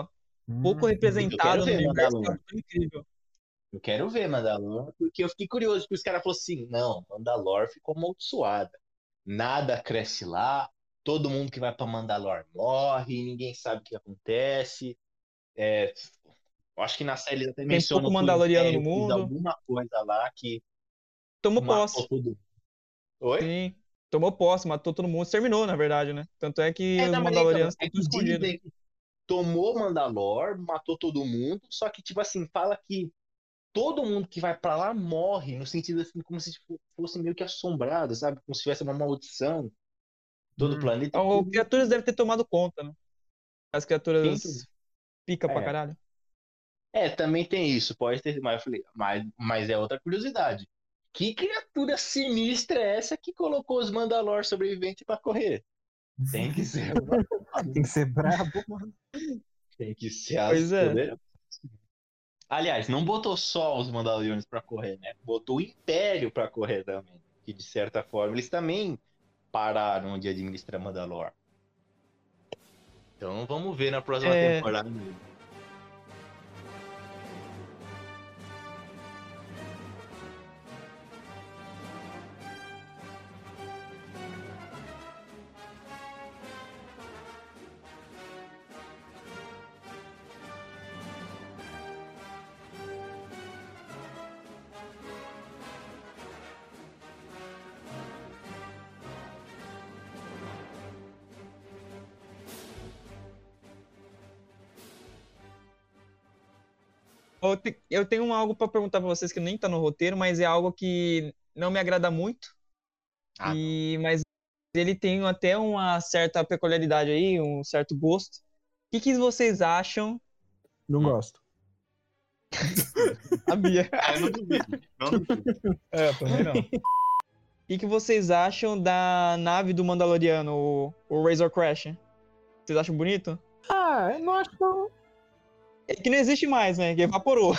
pouco Hum, representado no ver universo, Mandalor. que é muito incrível. Eu quero ver Mandalor, porque eu fiquei curioso, porque os caras falaram assim, não, Mandalor ficou amaldiçoada. Nada cresce lá, todo mundo que vai pra Mandalor morre, ninguém sabe o que acontece. É, eu acho que na série eles até Tem mencionam pouco que o Mandaloriano no Império fez mundo. alguma coisa lá que Tomou matou posse. todo mundo. Oi? Sim. Tomou posse, matou todo mundo, exterminou, na verdade, né? Tanto é que É, os não, mas então, Mandalorianos é estão que tudo escondidos. dizem que tomou Mandalor, matou todo mundo, só que, tipo assim, fala que todo mundo que vai pra lá morre, no sentido assim, como se tipo, fosse meio que assombrado, sabe? Como se tivesse uma maldição. Todo o Hum. planeta. As criaturas devem ter tomado conta, né? As Quem criaturas que- pica pra É. caralho. É, também tem isso, pode ter, mas, eu falei, mas, mas é outra curiosidade. Que criatura sinistra é essa que colocou os Mandalor sobreviventes pra correr? Tem que ser, Tem que ser brabo, mano. tem que ser as Pois é. poderosas. Aliás, não botou só os Mandalorianos pra correr, né? Botou o Império pra correr também. Que de certa forma eles também pararam de administrar Mandalor. Então vamos ver na próxima É. temporada. Eu te- Eu tenho algo pra perguntar pra vocês que nem tá no roteiro, mas é algo que não me agrada muito. Ah, E mas ele tem até uma certa peculiaridade aí, um certo gosto. O que, que vocês acham? Não gosto. A Bia. Ah, eu não duvido. Não duvido. É, também não. O que, que vocês acham da nave do Mandaloriano, o, o Razor Crash? Vocês acham bonito? Ah, eu não acho que não. É que não existe mais, né? Que evaporou.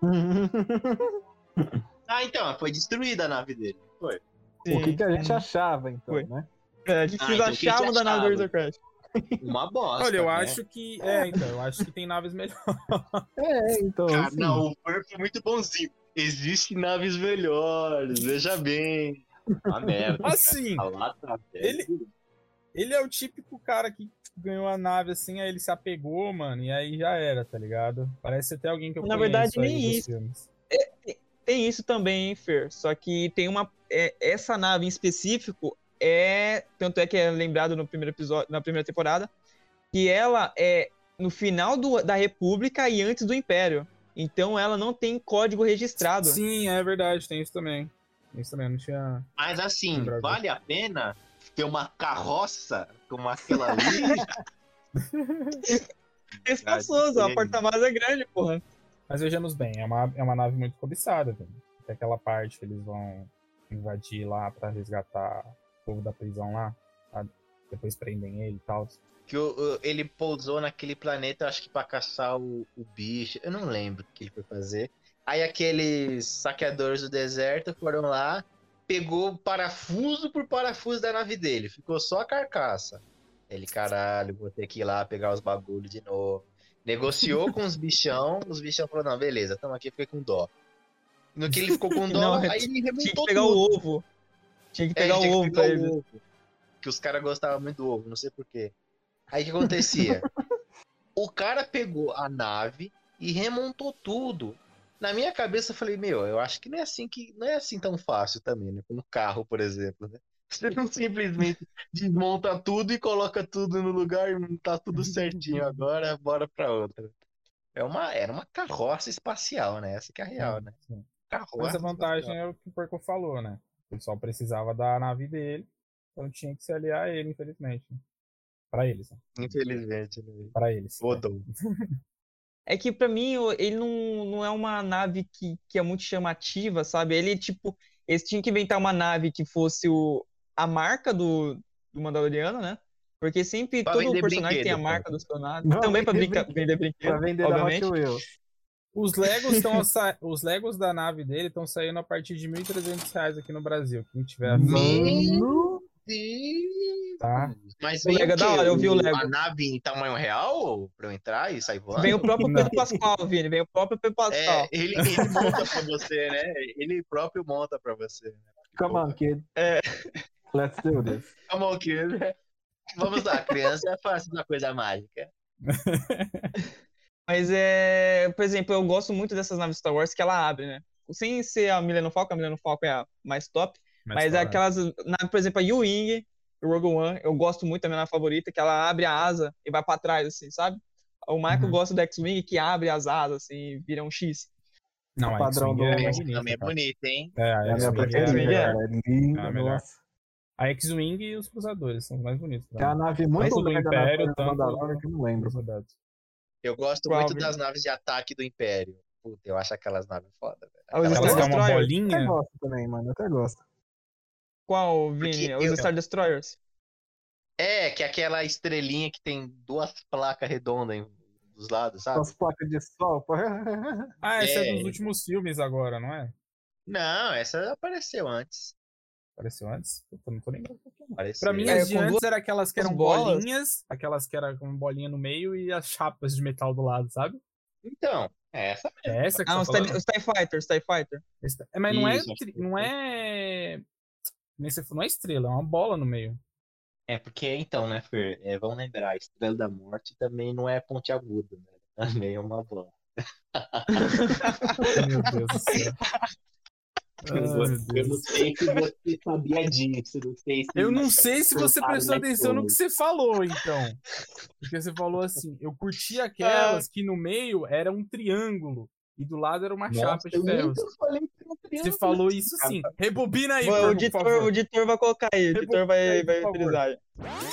Ah, então, foi destruída a nave dele. Foi. O que, Sim. que a gente achava, então, Foi. né? É, o que, que Ah, vocês então, o que achavam que da nave do achavam? Razor Crash? Uma bosta. Olha, eu né? acho que. É, então, eu acho que tem naves melhores. É, então, Cara, assim. não, o Furf é muito bonzinho. Existem naves melhores, veja bem. Uma merda. cara. Assim, A lata ele- ele é o típico cara que tipo, ganhou a nave assim, aí ele se apegou, mano, e aí já era, tá ligado? Parece até alguém que eu Na conheço verdade, aí nem dos isso. filmes. Tem isso também, hein, Fer? Só que tem uma. é, essa nave em específico é. Tanto é que é lembrado no primeiro episódio, na primeira temporada, que ela é no final do- da República e antes do Império. Então ela não tem código registrado. Sim, é verdade, tem isso também. Tem isso também, não tinha. Mas assim, Lembrado. vale a pena ter uma carroça como aquela ali? Espaçoso, Ah, a porta-malas é grande, porra. Mas vejamos bem, é uma, é uma nave muito cobiçada, velho. Tem aquela parte que eles vão invadir lá pra resgatar o povo da prisão lá, sabe? Depois prendem ele e tal. Que o, o- ele pousou naquele planeta, acho que pra caçar o, o bicho. Eu não lembro o que ele foi fazer. Aí aqueles saqueadores do deserto foram lá, pegou parafuso por parafuso da nave dele. Ficou só a carcaça. Ele, caralho, vou ter que ir lá pegar os bagulhos de novo. Negociou com os bichão, os bichão falaram, não, beleza, tamo aqui, fiquei com dó. No que ele ficou com dó, Não, aí ele Tinha que remontou pegar tudo. o ovo. Tinha que É, pegar tinha o que ovo pegar pra o eles. ovo. Que os caras gostavam muito do ovo, não sei porquê. Aí o que acontecia? O cara pegou a nave e remontou tudo. Na minha cabeça eu falei, meu, eu acho que não é assim que não é assim tão fácil também, né? Com um carro, por exemplo, né? Você não simplesmente desmonta tudo e coloca tudo no lugar e tá tudo certinho agora, bora pra outra. É uma, era uma carroça espacial, né? Essa que é a real, né? Sim. Carroça Mas a vantagem espacial. é o que o Porco falou, né? O pessoal precisava da nave dele, então tinha que se aliar a ele, infelizmente. Pra eles, né? Infelizmente, né? Pra eles. Rodou. É que pra mim o- ele não, não é uma nave que, que é muito chamativa, sabe? Ele, tipo, eles tinham que inventar uma nave que fosse o, a marca do, do Mandaloriano, né? Porque sempre Pra todo vender personagem tem a brinquedo, marca do seu nave. Não, Também pra vender brinca- vender brinquedo, Pra vender da obviamente. Hot Wheels. Os Legos estão sa... Os Legos da nave dele estão saindo a partir de mil e trezentos reais aqui no Brasil. Quem tiver afim, Mano, Deus! Tá. Mas O vem Lego o é da quê? hora, eu vi o O- Lego. A nave em tamanho real pra eu entrar e sair voando? Vem o próprio Não. Pedro Pascal, Vini. Vem o próprio Pedro Pascal. É, ele, ele monta pra você, né? Ele próprio monta pra você. Né? Come on, kid. É. Let's do this. Come on, kid. Vamos lá, criança é fácil uma coisa mágica. Mas é. Por exemplo, eu gosto muito dessas naves Star Wars que ela abre, né? Sem ser a Millennium Falcon, a Millennium Falcon é a mais top. Mas Mas, fala. aquelas naves, por exemplo, a U-Wing, o Rogue One, eu gosto muito da minha nave favorita, que ela abre a asa e vai pra trás, assim, sabe? O Michael Uhum. gosta do X-Wing que abre as asas, assim, e vira um X. Não, O a padrão X-Wing do- é Essa bonita, também é cara. bonita, hein? É, a É a minha X-Wing preferida, X-Wing é- cara. É linda, é a melhor. nossa. A X-Wing e os cruzadores são os mais bonitos. pra É uma mim. nave muito Tanto do legal na Império, série do tanto Mandalorian do- que eu não lembro. dos Rebeldes. Eu gosto Qual, muito Vini? das naves de ataque do Império. Puta, eu acho aquelas naves foda, velho. Ah, os Aquelas Aquelas Star que é uma Destroyer? Eu até bolinha. gosto também, mano. Eu até gosto. Qual, Vini? Porque Os eu- Star Destroyers. É, que é aquela estrelinha que tem duas placas redondas em- dos lados, sabe? As placas de sol. pô. Ah, essa é, É. dos últimos filmes agora, não é? Não, essa apareceu antes. Apareceu antes? Puta, não tô lembrando. Apareceu. Pra mim, É, as de com antes duas eram aquelas que eram bolas. bolinhas, aquelas que eram com bolinha no meio e as chapas de metal do lado, sabe? Então, é essa mesmo. É essa que Ah, você os tá TIE, falando? os TIE Fighter, os TIE Fighter. Esse- é, Mas não é, Isso, acho tri- que não foi. é... Nem você falou, não é estrela, é uma bola no meio. É porque, então, né, Fer? É, vamos lembrar, a Estrela da Morte também não é pontiaguda, né? Também é uma bola. Meu Deus do céu. Ah, meu Eu não Deus. sei se você sabia disso, não sei se... Eu não sei se você Contaram prestou na atenção no que escola. você falou, então. Porque você falou assim, eu curti aquelas que no meio era um triângulo e do lado era uma Nossa, chapa de eu nunca ferros. falei que era um Você triângulo. falou isso sim. Rebobina aí, Bom, o, por, editor, por favor. o editor vai colocar aí, o editor Rebobina vai, aí, por vai favor. utilizar aí.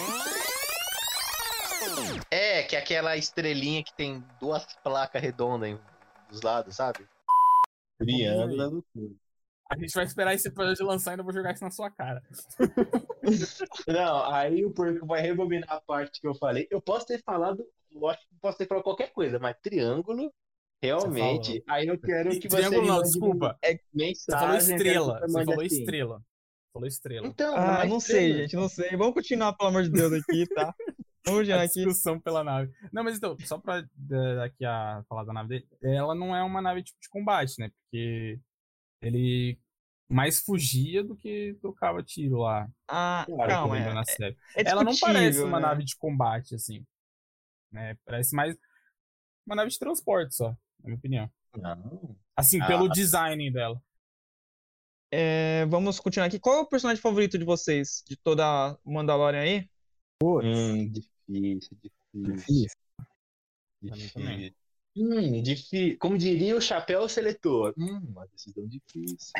É, que é aquela estrelinha que tem duas placas redondas em- dos lados, sabe? Triângulo da loucura. A gente vai esperar esse episódio lançar e ainda vou jogar isso na sua cara. Não, aí o porco vai rebobinar a parte que eu falei. Eu posso ter falado, eu acho que posso ter falado qualquer coisa, mas triângulo, realmente. Aí eu quero que você Triângulo me não, mande desculpa. mensagem. Você falou eu quero que estrela. Você mande falou assim. estrela. Falou estrela. Então, Ah, mas não estrela. sei, gente, não sei. Vamos continuar, pelo amor de Deus, aqui, tá? Vamos continuar A aqui. discussão pela nave. Não, mas então, só pra da- daqui a falar da nave dele, ela não é uma nave tipo de combate, né? Porque ele mais fugia do que trocava tiro lá. Ah, Claro, calma, lembra é, na série. é Ela não parece discutível, uma né? nave de combate, assim. Né? Parece mais uma nave de transporte só, na minha opinião. Não. Assim, Ah. pelo design dela. É, vamos continuar aqui. Qual é o personagem favorito de vocês? De toda a Mandalorian aí? Putz, Hum, difícil, difícil. difícil. Pra mim também. Difícil. Hum, difícil. Como diria o chapéu seletor. Hum, uma decisão difícil.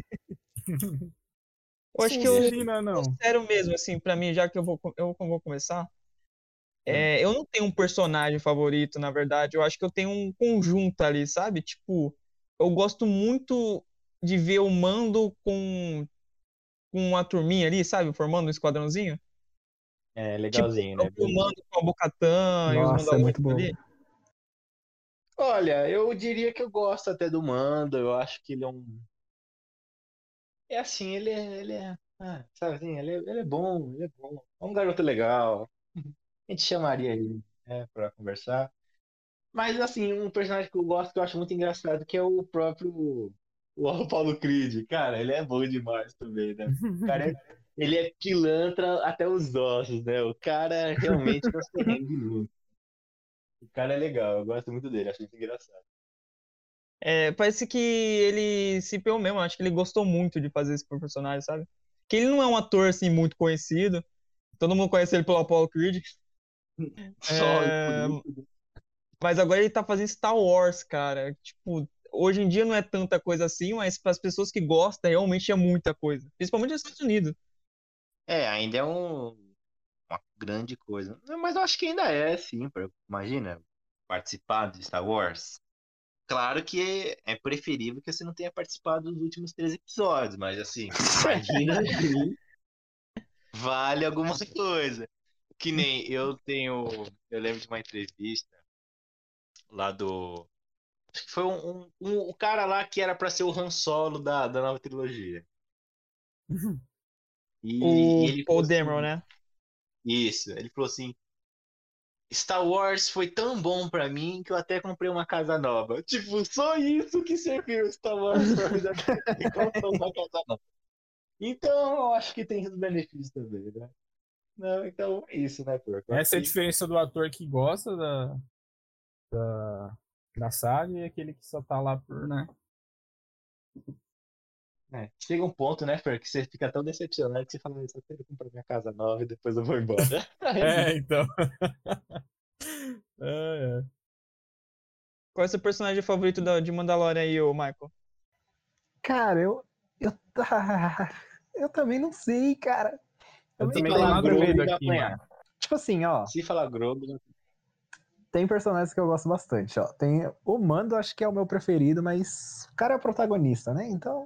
Eu acho que eu, Sonserina, não. sério mesmo, assim, pra mim, já que eu vou, eu vou começar, é, eu não tenho um personagem favorito, na verdade. Eu acho que eu tenho um conjunto ali, sabe? Tipo, eu gosto muito de ver o Mando com, com uma turminha ali, sabe? Formando um esquadrãozinho. É, legalzinho, né? O Mando com a Bo-Katan e os Nossa, é muito Mandalorianos bom. ali. Olha, eu diria que eu gosto até do Mando. Eu acho que ele é um. É assim, ele é. Ele é ah, sabe assim, ele é, ele é bom, ele é bom. É um garoto legal. A gente chamaria ele, né, pra conversar. Mas, assim, um personagem que eu gosto, que eu acho muito engraçado, que é o próprio. O Apollo Creed. Cara, ele é bom demais também, né? O cara é, ele é pilantra até os ossos, né? O cara realmente não se rende nunca. O cara é legal, eu gosto muito dele, acho muito engraçado. É, parece que ele se empenhou mesmo. Acho que ele gostou muito de fazer esse personagem, sabe? Que ele não é um ator, assim, muito conhecido. Todo mundo conhece ele pelo Apollo Creed. Só É, por isso. Mas agora ele tá fazendo Star Wars, cara. Tipo, hoje em dia não é tanta coisa assim, mas para as pessoas que gostam, realmente é muita coisa. Principalmente nos Estados Unidos. É, ainda é um, uma grande coisa. Mas eu acho que ainda é, sim. pra- Imagina, participar de Star Wars. Claro que é preferível que você não tenha participado dos últimos três episódios, mas assim, imagina assim, vale alguma coisa. Que nem eu tenho. Eu lembro de uma entrevista lá do. Acho que foi um, um, um- o cara lá que era pra ser o Han Solo da, da nova trilogia. E, O e ele Paul falou assim, Dameron, né? isso, ele falou assim, Star Wars foi tão bom pra mim que eu até comprei uma casa nova. Tipo, só isso que serviu Star Wars pra vida dele, comprou uma casa nova. Então, eu acho que tem os benefícios também, né? Não, então é isso, né, Porco? Eu acho Essa é a que- diferença do ator que gosta da, da, da saga e aquele que só tá lá por, né? é, chega um ponto, né, Fer, que você fica tão decepcionado que você fala, "Eu só quero comprar minha casa nova e depois eu vou embora." É, então. É, é. Qual é o seu personagem favorito da- de Mandalorian aí, ô Michael? Cara, eu. Eu, eu também não sei, cara. Eu meio também que tô tenho na Grogu dúvida vai aqui, apanhar. mano. Tipo assim, ó. Se falar Grogu, Tem personagens que eu gosto bastante, ó. Tem o Mando, acho que é o meu preferido, mas o cara é o protagonista, né? Então.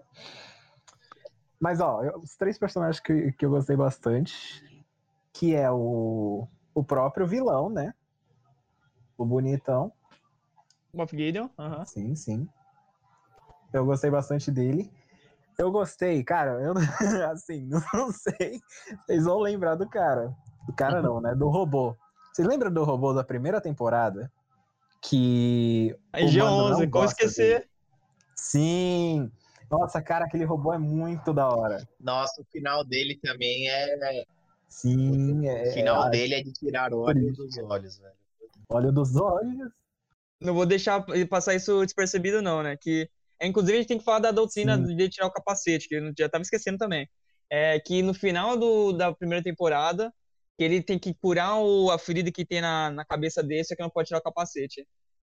Mas, ó, eu- os três personagens que, que eu gostei bastante, que é o, o próprio vilão, né? O bonitão. Moff Gideon? Aham. Sim, sim. Eu gostei bastante dele. Eu gostei, cara, eu assim, não sei. Vocês vão lembrar do cara. Do cara não, né? Do robô. Vocês lembram do robô da primeira temporada? Que A o G Mando não onze, como gosta dele. esquecer? Sim! Nossa, cara, aquele robô é muito da hora. nossa, o final dele também é. Sim, O é, final é dele é de tirar óleo triste. dos olhos, velho. olho dos olhos. Não vou deixar passar isso despercebido, não, né? Que, é, inclusive, a gente tem que falar da doutrina Sim. de tirar o capacete, que eu já tava esquecendo também. É que no final do, da primeira temporada, que ele tem que curar o, a ferida que tem na, na cabeça dele, só que não pode tirar o capacete.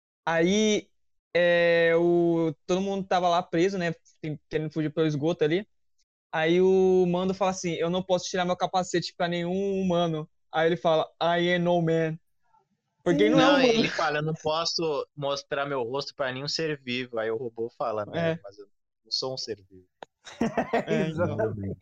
Aí, é, o, todo mundo tava lá preso, né? tem- Querendo fugir pelo esgoto ali. Aí o Mando fala assim: eu não posso tirar meu capacete pra nenhum humano. Aí ele fala: I am no man. Porque ele não é Não, humano. ele fala, eu não posso mostrar meu rosto pra nenhum ser vivo. Aí o robô fala, né? É. Mas eu não sou um ser vivo. É, então. Exatamente.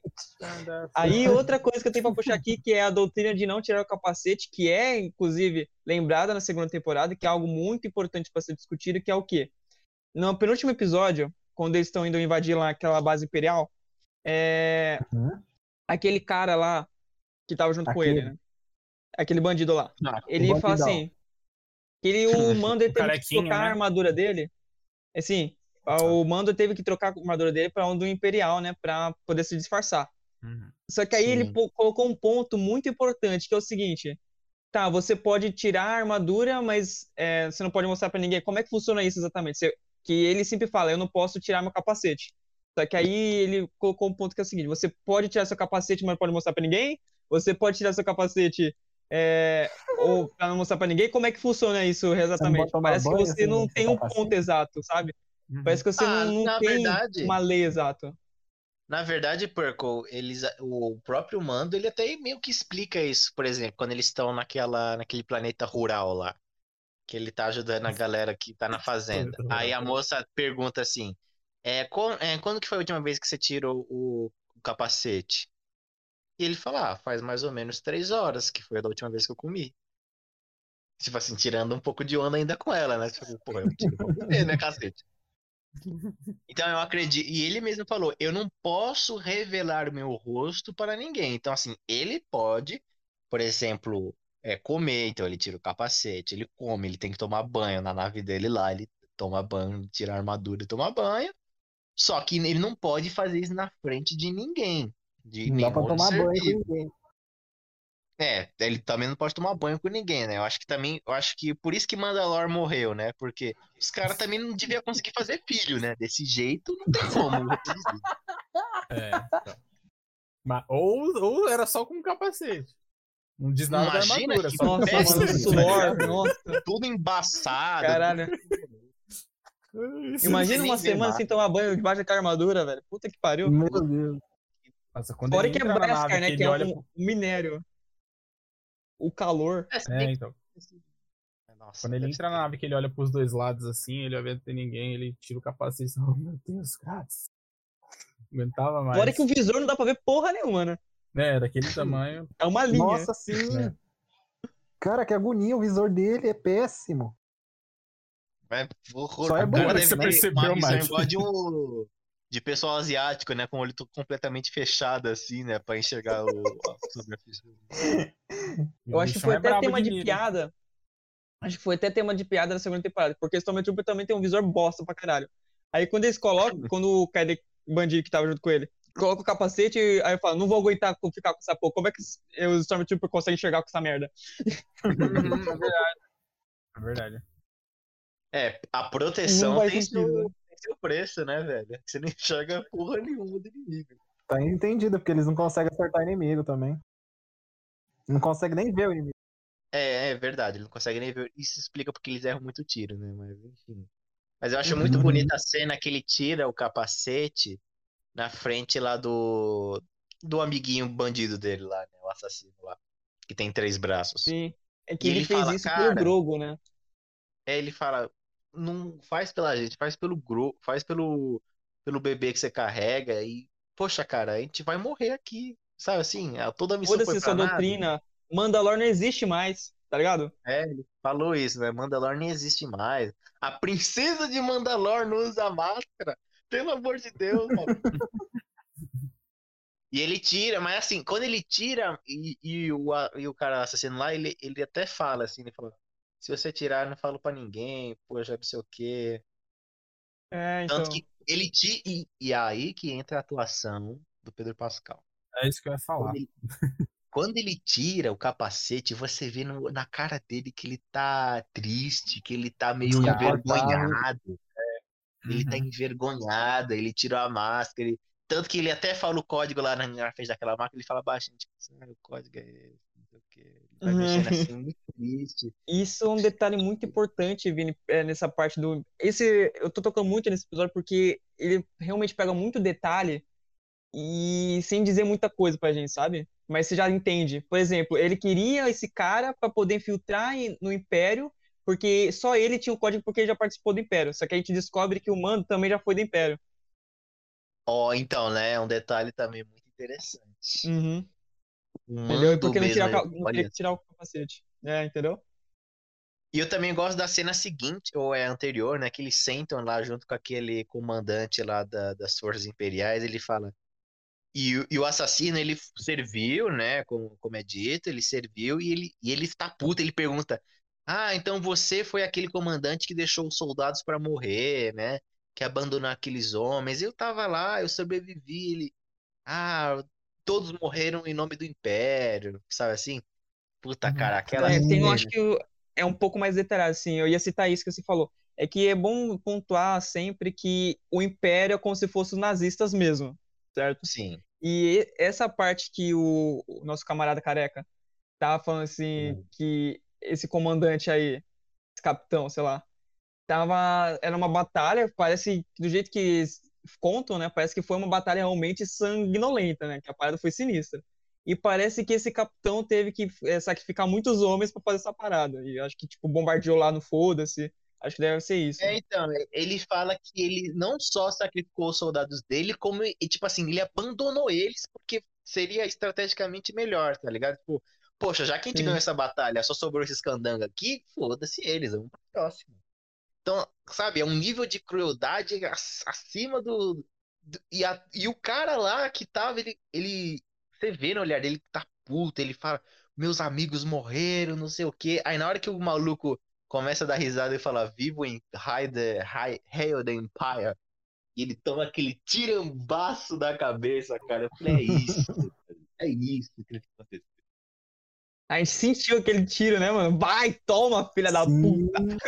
Aí outra coisa que eu tenho pra puxar aqui, que é a doutrina de não tirar o capacete, que é, inclusive, lembrada na segunda temporada, que é algo muito importante pra ser discutido, que é o quê? No penúltimo episódio, quando eles estão indo invadir lá aquela base imperial, é... Uhum. aquele cara lá que tava junto com ele, Aquele. né? Aquele bandido lá. Ah, Ele o fala bandidão. assim, que ele, o Mando ele O teve que carequinha, trocar né? a armadura dele. Assim, o Mando teve que trocar a armadura dele pra um do Imperial, né? Pra poder se disfarçar. Uhum. Só que aí Sim. ele pô- colocou um ponto muito importante, que é o seguinte: tá, você pode tirar a armadura, mas é, você não pode mostrar pra ninguém. Como é que funciona isso exatamente? Você- que ele sempre fala, eu não posso tirar meu capacete. Só que aí ele colocou um ponto que é o seguinte: você pode tirar seu capacete, mas não pode mostrar pra ninguém? Você pode tirar seu capacete é, ou pra não mostrar pra ninguém? Como é que funciona isso exatamente? tomar Parece que banho você sem- não sem tem um capacete? ponto exato, sabe? Uhum. Parece que você Ah, não, não na tem verdade- uma lei exata. Na verdade, Purple, eles, o próprio Mando, ele até meio que explica isso, por exemplo, quando eles estão naquela, naquele planeta rural lá, que ele tá ajudando a galera que tá na fazenda. Planeta rural. Aí a moça pergunta assim, é, quan- é, quando que foi a última vez que você tirou o, o capacete? E ele fala, ah, faz mais ou menos três horas, que foi a da última vez que eu comi. Tipo assim, tirando um pouco de onda ainda com ela, né? Tipo, pô, eu tiro pra comer, né, cacete? Então eu acredito, e ele mesmo falou, eu não posso revelar o meu rosto para ninguém. Então assim, ele pode, por exemplo, é, comer, então ele tira o capacete, ele come, ele tem que tomar banho na nave dele lá, ele toma banho, tira a armadura e toma banho. Só que ele não pode fazer isso na frente de ninguém, de Não dá nenhum pra outro tomar ser banho com vivo. ninguém. É, ele também não pode tomar banho com ninguém, né? Eu acho que também, eu acho que por isso que Mandalor morreu, né? Porque os caras também não deviam conseguir fazer filho, né? Desse jeito não tem como reproduzir. É, então. Mas, ou, ou era só com capacete. Não diz nada da Imagina armadura, que só com Nossa, péssimo, mano, capacete. suor, nossa, Tudo embaçado. caralho. Isso. Imagina nem uma ver semana nada. sem tomar banho debaixo daquela armadura, velho. Puta que pariu. Meu Deus. Nossa, quando Fora ele que é entra na nave, Beskar, né? que Que ele é olha um pro... minério. O calor. É, se É, bem então. que- Nossa, Quando ele deve entra na ser. nave, que ele olha pros dois lados assim, ele vê que tem ninguém, ele tira o capacete e fala, oh, meu Deus, gatos. Não aguentava mais. Fora que o visor não dá pra ver porra nenhuma, né? É, daquele tamanho. É uma linha. Nossa, sim. É. Cara, que agonia, o visor dele é péssimo. É horror. Só é O bom, cara né? deve Você ter percebeu uma visão mais. igual de um, de pessoal asiático, né? Com o olho todo completamente fechado, assim, né? Pra enxergar o, a superfície. E Eu o acho que bichão foi é até brabo tema de de mira. piada. Acho que foi até tema de piada na segunda temporada, porque o Stormtrooper também tem um visor bosta pra caralho. Aí quando eles colocam, quando o cara de bandido que tava junto com ele, coloca o capacete, aí eu falo, não vou aguentar ficar com essa porra. Como é que os Stormtrooper conseguem enxergar com essa merda? Uhum, é verdade. É verdade. É, a Não proteção faz tem sentido, seu, né? tem seu preço, né, velho? Você não enxerga porra nenhuma do inimigo. Tá entendido, porque eles não conseguem acertar inimigo também. Não consegue nem ver o inimigo. É, é verdade, ele não consegue nem ver. Isso explica porque eles erram muito tiro, né? Mas enfim. Mas eu acho muito Uhum. bonita a cena que ele tira o capacete na frente lá do do amiguinho bandido dele lá, né? O assassino lá, que tem três braços. Sim. É que E ele ele fez fala, isso pelo cara, Grogu, né? é, ele fala, não faz pela gente, faz pelo grupo, faz pelo pelo bebê que você carrega e poxa, cara, a gente vai morrer aqui, sabe assim? a- Toda a missão foi Foda-se pra sua nada. doutrina. Mandalor não existe mais, tá ligado? É, ele falou isso, né? Mandalor nem existe mais. A princesa de Mandalor não usa máscara. Pelo amor de Deus, mano. E ele tira, mas assim, quando ele tira e, e o, a- e o cara assassino lá, ele, ele até fala assim, ele fala, se você tirar, eu não falo pra ninguém, poxa, não sei o quê. É, Tanto então. que ele tira, e, e aí que entra a atuação do Pedro Pascal. É isso que eu ia Quando falar. ele, quando ele tira o capacete, você vê no- na cara dele que ele tá triste, que ele tá meio Desconfortável. envergonhado. Ele tá Uhum. envergonhado, ele tirou a máscara. ele- Tanto que ele até fala o código lá na na frente daquela máquina, ele fala baixinho, tipo, assim, "Ah, o código é esse, não sei o quê." Ele vai mexendo assim, muito triste. Isso é um detalhe muito importante, Vini, é, nessa parte do. Esse, eu tô tocando muito nesse episódio porque ele realmente pega muito detalhe e sem dizer muita coisa pra gente, sabe? Mas você já entende. Por exemplo, ele queria esse cara pra poder infiltrar em- no Império, porque só ele tinha o código porque ele já participou do Império. Só que a gente descobre que o Mando também já foi do Império. Ó, então, né, é um detalhe também muito interessante. Uhum. O Entendeu? E mando porque não, mesmo, queria, ele- não queria olha. tirar o capacete. É, entendeu? E eu também gosto da cena seguinte, ou é anterior, né, que eles sentam lá junto com aquele comandante lá da- das Forças Imperiais, ele fala. E, o- e o assassino, ele serviu, né? Como, como é dito, ele serviu e ele, e ele está puto. Ele pergunta: Ah, então você foi aquele comandante que deixou os soldados para morrer, né? Que abandonou aqueles homens. Eu tava lá, eu sobrevivi. Ele, ah, todos morreram em nome do Império, sabe assim? Puta, Uhum. cara, aquela É, tem, eu acho cena. que o- é um pouco mais detalhado, assim. Eu ia citar isso que você falou. É que é bom pontuar sempre que o Império é como se fosse os nazistas mesmo, certo? Sim. E e- essa parte que o, o nosso camarada careca tava falando assim, que esse comandante aí, esse capitão, sei lá, tava, era uma batalha, parece, que do jeito que eles contam, né, parece que foi uma batalha realmente sanguinolenta, né, que a parada foi sinistra. E parece que esse capitão teve que é, sacrificar muitos homens pra fazer essa parada. E eu acho que, tipo, bombardeou lá no foda-se. Acho que deve ser isso. É, então, é, ele fala que ele não só sacrificou os soldados dele, como, e, tipo assim, ele abandonou eles porque seria estrategicamente melhor, tá ligado? Tipo, poxa, já que a gente ganhou Sim. essa batalha, só sobrou esses candanga aqui, foda-se eles, vamos pro próximo. Então, sabe, é um nível de crueldade ac- acima do. do- e, a- e o cara lá que tava, ele, ele. Você vê no olhar dele que tá puto, ele fala, meus amigos morreram, não sei o quê. Aí na hora que o maluco começa a dar risada e fala, vivo em High the, high, Hail the Empire, e ele toma aquele tirambaço da cabeça, cara. Eu falei, é isso, é isso que tem que acontecer. A gente sentiu aquele tiro, né, mano? Vai, toma, filha da puta! Sim.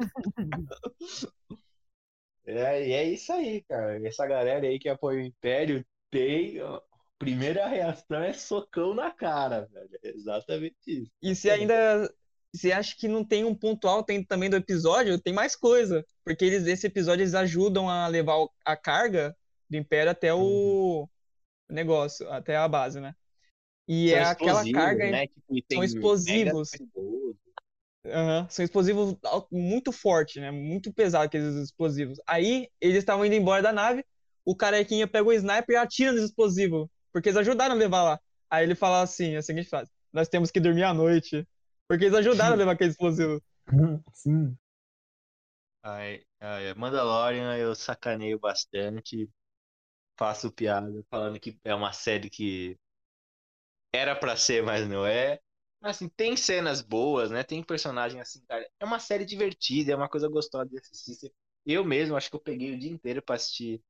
É, e é isso aí, cara. Essa galera aí que apoia o Império tem. Ó, primeira reação é socão na cara, velho. É exatamente isso. E se ainda. Você acha que não tem um ponto alto tem também do episódio? Tem mais coisa. Porque eles, esse episódio eles ajudam a levar o- a carga do Império até Uhum. o negócio, até a base, né? E São é aquela explosivos, carga, né? Tipo, e são tem mega explosivos. perigoso. Aham, são explosivos al- muito forte, né? Muito pesado aqueles explosivos. Aí eles estavam indo embora da nave, o carequinha pega o sniper e atira nos explosivos, porque eles ajudaram a levar lá. Aí ele fala assim, a seguinte frase: Nós temos que dormir à noite, porque eles ajudaram a levar aquele explosivo. Sim. Ai, ai, Mandalorian eu sacaneio bastante. faço piada falando que é uma série que era pra ser, mas não é. Mas, assim, tem cenas boas, né? Tem personagem assim, cara. É uma série divertida, é uma coisa gostosa de assistir. Eu mesmo acho que eu peguei o dia inteiro pra assistir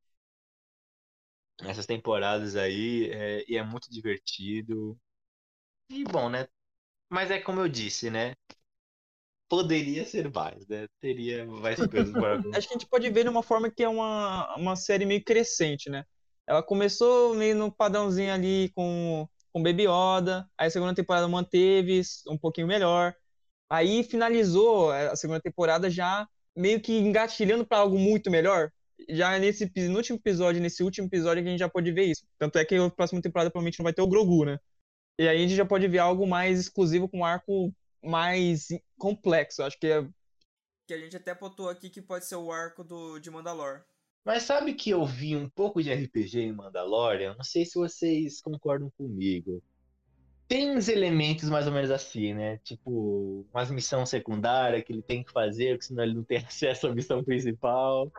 essas temporadas aí, é, e é muito divertido. E bom, né? Mas é como eu disse, né? Poderia ser mais, né? Teria mais coisas para Acho que a gente pode ver de uma forma que é uma, uma série meio crescente, né? Ela começou meio no padrãozinho ali com, com Baby Yoda, aí a segunda temporada manteve um pouquinho melhor, aí finalizou a segunda temporada já meio que engatilhando para algo muito melhor. Já nesse no último episódio, nesse último episódio que a gente já pode ver isso. Tanto é que a próxima temporada provavelmente não vai ter o Grogu, né? E aí a gente já pode ver algo mais exclusivo com um arco mais complexo. Acho que é que a gente até botou aqui que pode ser o arco do, de Mandalor. Mas sabe que eu vi um pouco de R P G em Mandalorian? Não sei se vocês concordam comigo. Tem uns elementos mais ou menos assim, né? Tipo, umas missões secundárias que ele tem que fazer, porque senão ele não tem acesso à missão principal.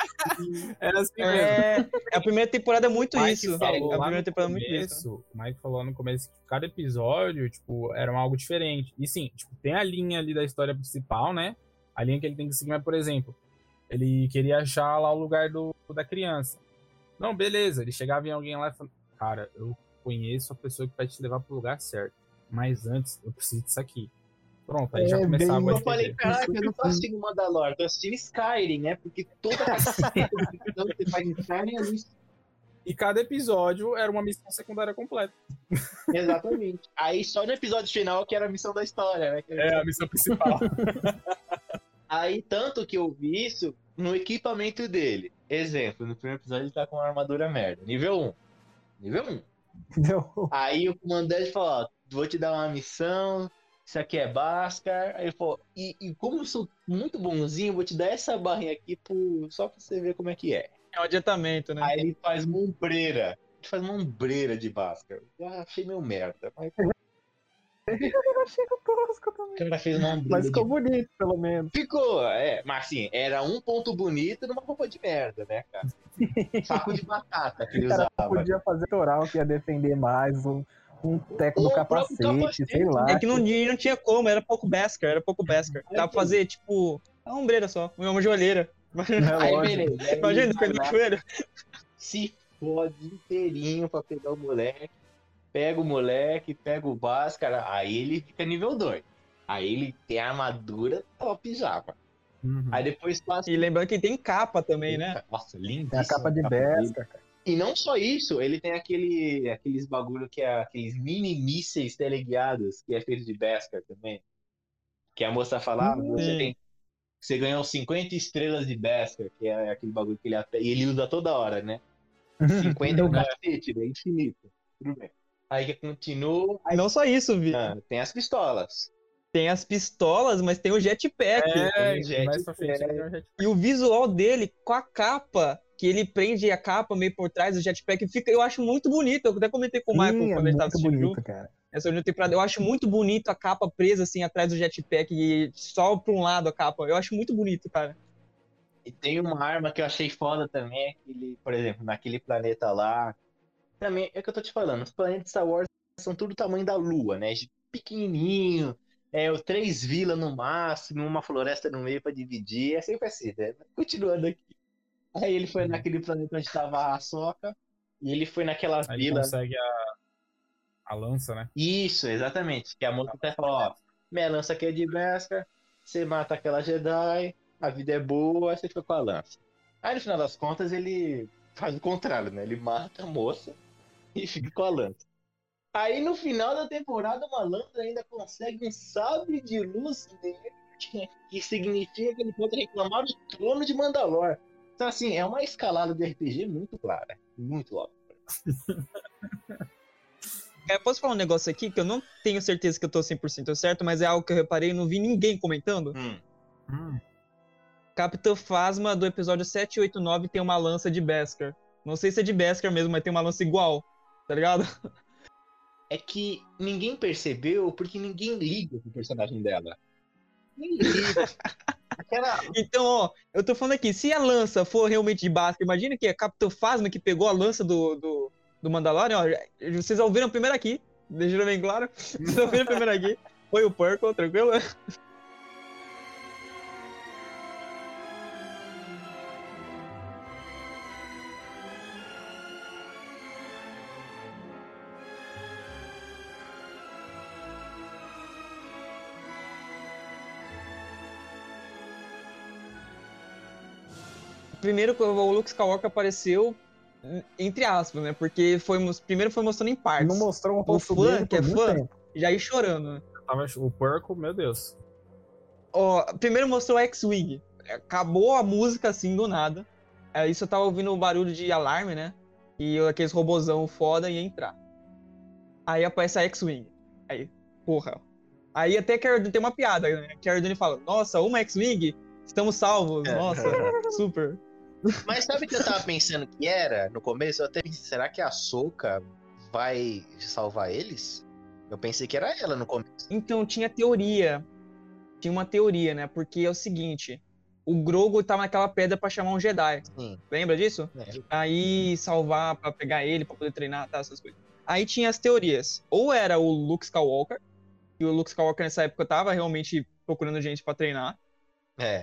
É assim mesmo. É, a primeira temporada é muito Mike isso. falou A lá primeira no temporada é muito isso. começo, o Mike falou no começo que cada episódio, tipo, era algo diferente. E sim, tipo, tem a linha ali da história principal, né? A linha que ele tem que seguir, mas, por exemplo, ele queria achar lá o lugar do, da criança. Não, beleza. Ele chegava em alguém lá e falava, cara, eu conheço a pessoa que vai te levar pro lugar certo. Mas antes, eu preciso disso aqui. Pronto, aí É, já começava bem- o Eu R P G. falei, caraca, eu não tô assistindo Mandalorian, tô assistindo Skyrim, né? Porque toda a missão que você faz em Skyrim é isso. E cada episódio era uma missão secundária completa. Exatamente. Aí só no episódio final que era a missão da história, né? Que era a É missão a missão principal. Aí, tanto que eu vi isso no equipamento dele. Exemplo, no primeiro episódio ele tá com uma armadura merda. Nível um. Nível um. Deu- Aí o comandante falou, ó, vou te dar uma missão, isso aqui é Bhaskar. Aí ele falou, e, e como eu sou muito bonzinho, vou te dar essa barrinha aqui pro, só pra você ver como é que é. É um adiantamento, né? Aí ele faz uma ombreira. Ele faz uma ombreira de Bhaskar. Eu achei meio merda. Mas Eu achei tosco também. o cara fez uma ombreira Mas de ficou bonito, pelo menos. Ficou, é, mas assim, era um ponto bonito numa roupa de merda, né, cara? Saco de batata que ele O cara usava. podia fazer oral que ia defender mais, um, um teco Ou do o próprio capacete, capacete, sei lá. É que não, não tinha como, era pouco Beskar, era pouco Beskar. Dá pra fazer, tipo, uma ombreira só, uma joelheira. Aí, Relógio. beleza. Aí Imagina, ele vai perder o lá, joelho. se fode inteirinho pra pegar o moleque. Pega o moleque, pega o Bhaskar, aí ele fica nível dois. Aí ele tem a armadura top já, mano. Uhum. Aí depois passa. E lembrando que tem capa também, né? Nossa, lindo. Tem a capa de Beskar, cara. E não só isso, ele tem aquele, aqueles bagulho que é aqueles mini mísseis teleguiados, que é feito de Beskar também. Que a moça fala, ah, você Sim. tem. Você ganhou cinquenta estrelas de Beskar, que é aquele bagulho que ele, ape- e ele usa toda hora, né? cinquenta é o cacete, né? Infinito. Tudo bem. Aí que continua. Aí não só isso, Vi. Ah, tem as pistolas. Tem as pistolas, mas tem o jetpack. É, tem e jet mais pra frente pack. tem o jet- E o visual dele com a capa, que ele prende a capa meio por trás do jetpack, fica, eu acho muito bonito. Eu até comentei com o Michael Sim, é quando a gente tava muito assistindo bonito, junto. cara. Essa última temporada, eu acho muito bonito a capa presa assim atrás do jetpack e só pra um lado a capa. Eu acho muito bonito, cara. E tem uma arma que eu achei foda também, aquele, por exemplo, naquele planeta lá. Também é o que eu tô te falando, os planetas de Star Wars são tudo do tamanho da Lua, né? Pequenininho, é, o três vilas no máximo, uma floresta no meio pra dividir, é sempre assim, né? Continuando aqui. Aí ele foi naquele planeta onde tava a Sokka, e ele foi naquela Aí ele vila. consegue a, a lança, né? Isso, exatamente. Que a moça até falou, ó, minha lança aqui é de Beskar, você mata aquela Jedi, a vida é boa, aí você fica com a lança. Aí no final das contas ele faz o contrário, né? Ele mata a moça e fica com a lança. Aí no final da temporada o malandro ainda consegue um sabre de luz dele, que significa que ele pode reclamar do trono de Mandalor. Então assim, é uma escalada de R P G muito clara, muito óbvia. É, posso falar um negócio aqui que eu não tenho certeza que eu tô cem por cento certo, mas é algo que eu reparei e não vi ninguém comentando? Hum. Hum. Capitão Phasma do episódio sete oito nove tem uma lança de Beskar. Não sei se é de Beskar mesmo, mas tem uma lança igual, tá ligado? É que ninguém percebeu porque ninguém liga pro personagem dela. Ninguém liga. Aquela... Então, ó, eu tô falando aqui, se a lança for realmente de Beskar, imagina que é Capitão Phasma que pegou a lança do, do, do Mandalorian, ó, vocês ouviram primeiro aqui, deixando bem claro, vocês ouviram primeiro aqui, foi o Purple, tranquilo? Primeiro, o Luke Skywalker apareceu, entre aspas, né? Porque foi, primeiro foi mostrando em partes. Não mostrou um O rosto fã, dele que é por muito fã, tempo. já ia chorando, né? Tava o Purple, meu Deus. Ó, primeiro mostrou o X-Wing. Acabou a música assim do nada. Aí você tava ouvindo o barulho de alarme, né? E aqueles robozão foda ia entrar. Aí aparece a X-Wing. Aí, porra. Aí até que a Ardune tem uma piada, né? Que a Ardune fala, nossa, uma X-Wing, estamos salvos, nossa, super. Mas sabe o que eu tava pensando que era no começo? Eu até pensei, será que a Ahsoka vai salvar eles? Eu pensei que era ela no começo. Então, tinha teoria. Tinha uma teoria, né? Porque é o seguinte, o Grogu tava naquela pedra pra chamar um Jedi. Sim. Lembra disso? É. Aí salvar pra pegar ele, pra poder treinar, tá, essas coisas. Aí tinha as teorias. Ou era o Luke Skywalker, e o Luke Skywalker nessa época tava realmente procurando gente pra treinar. É.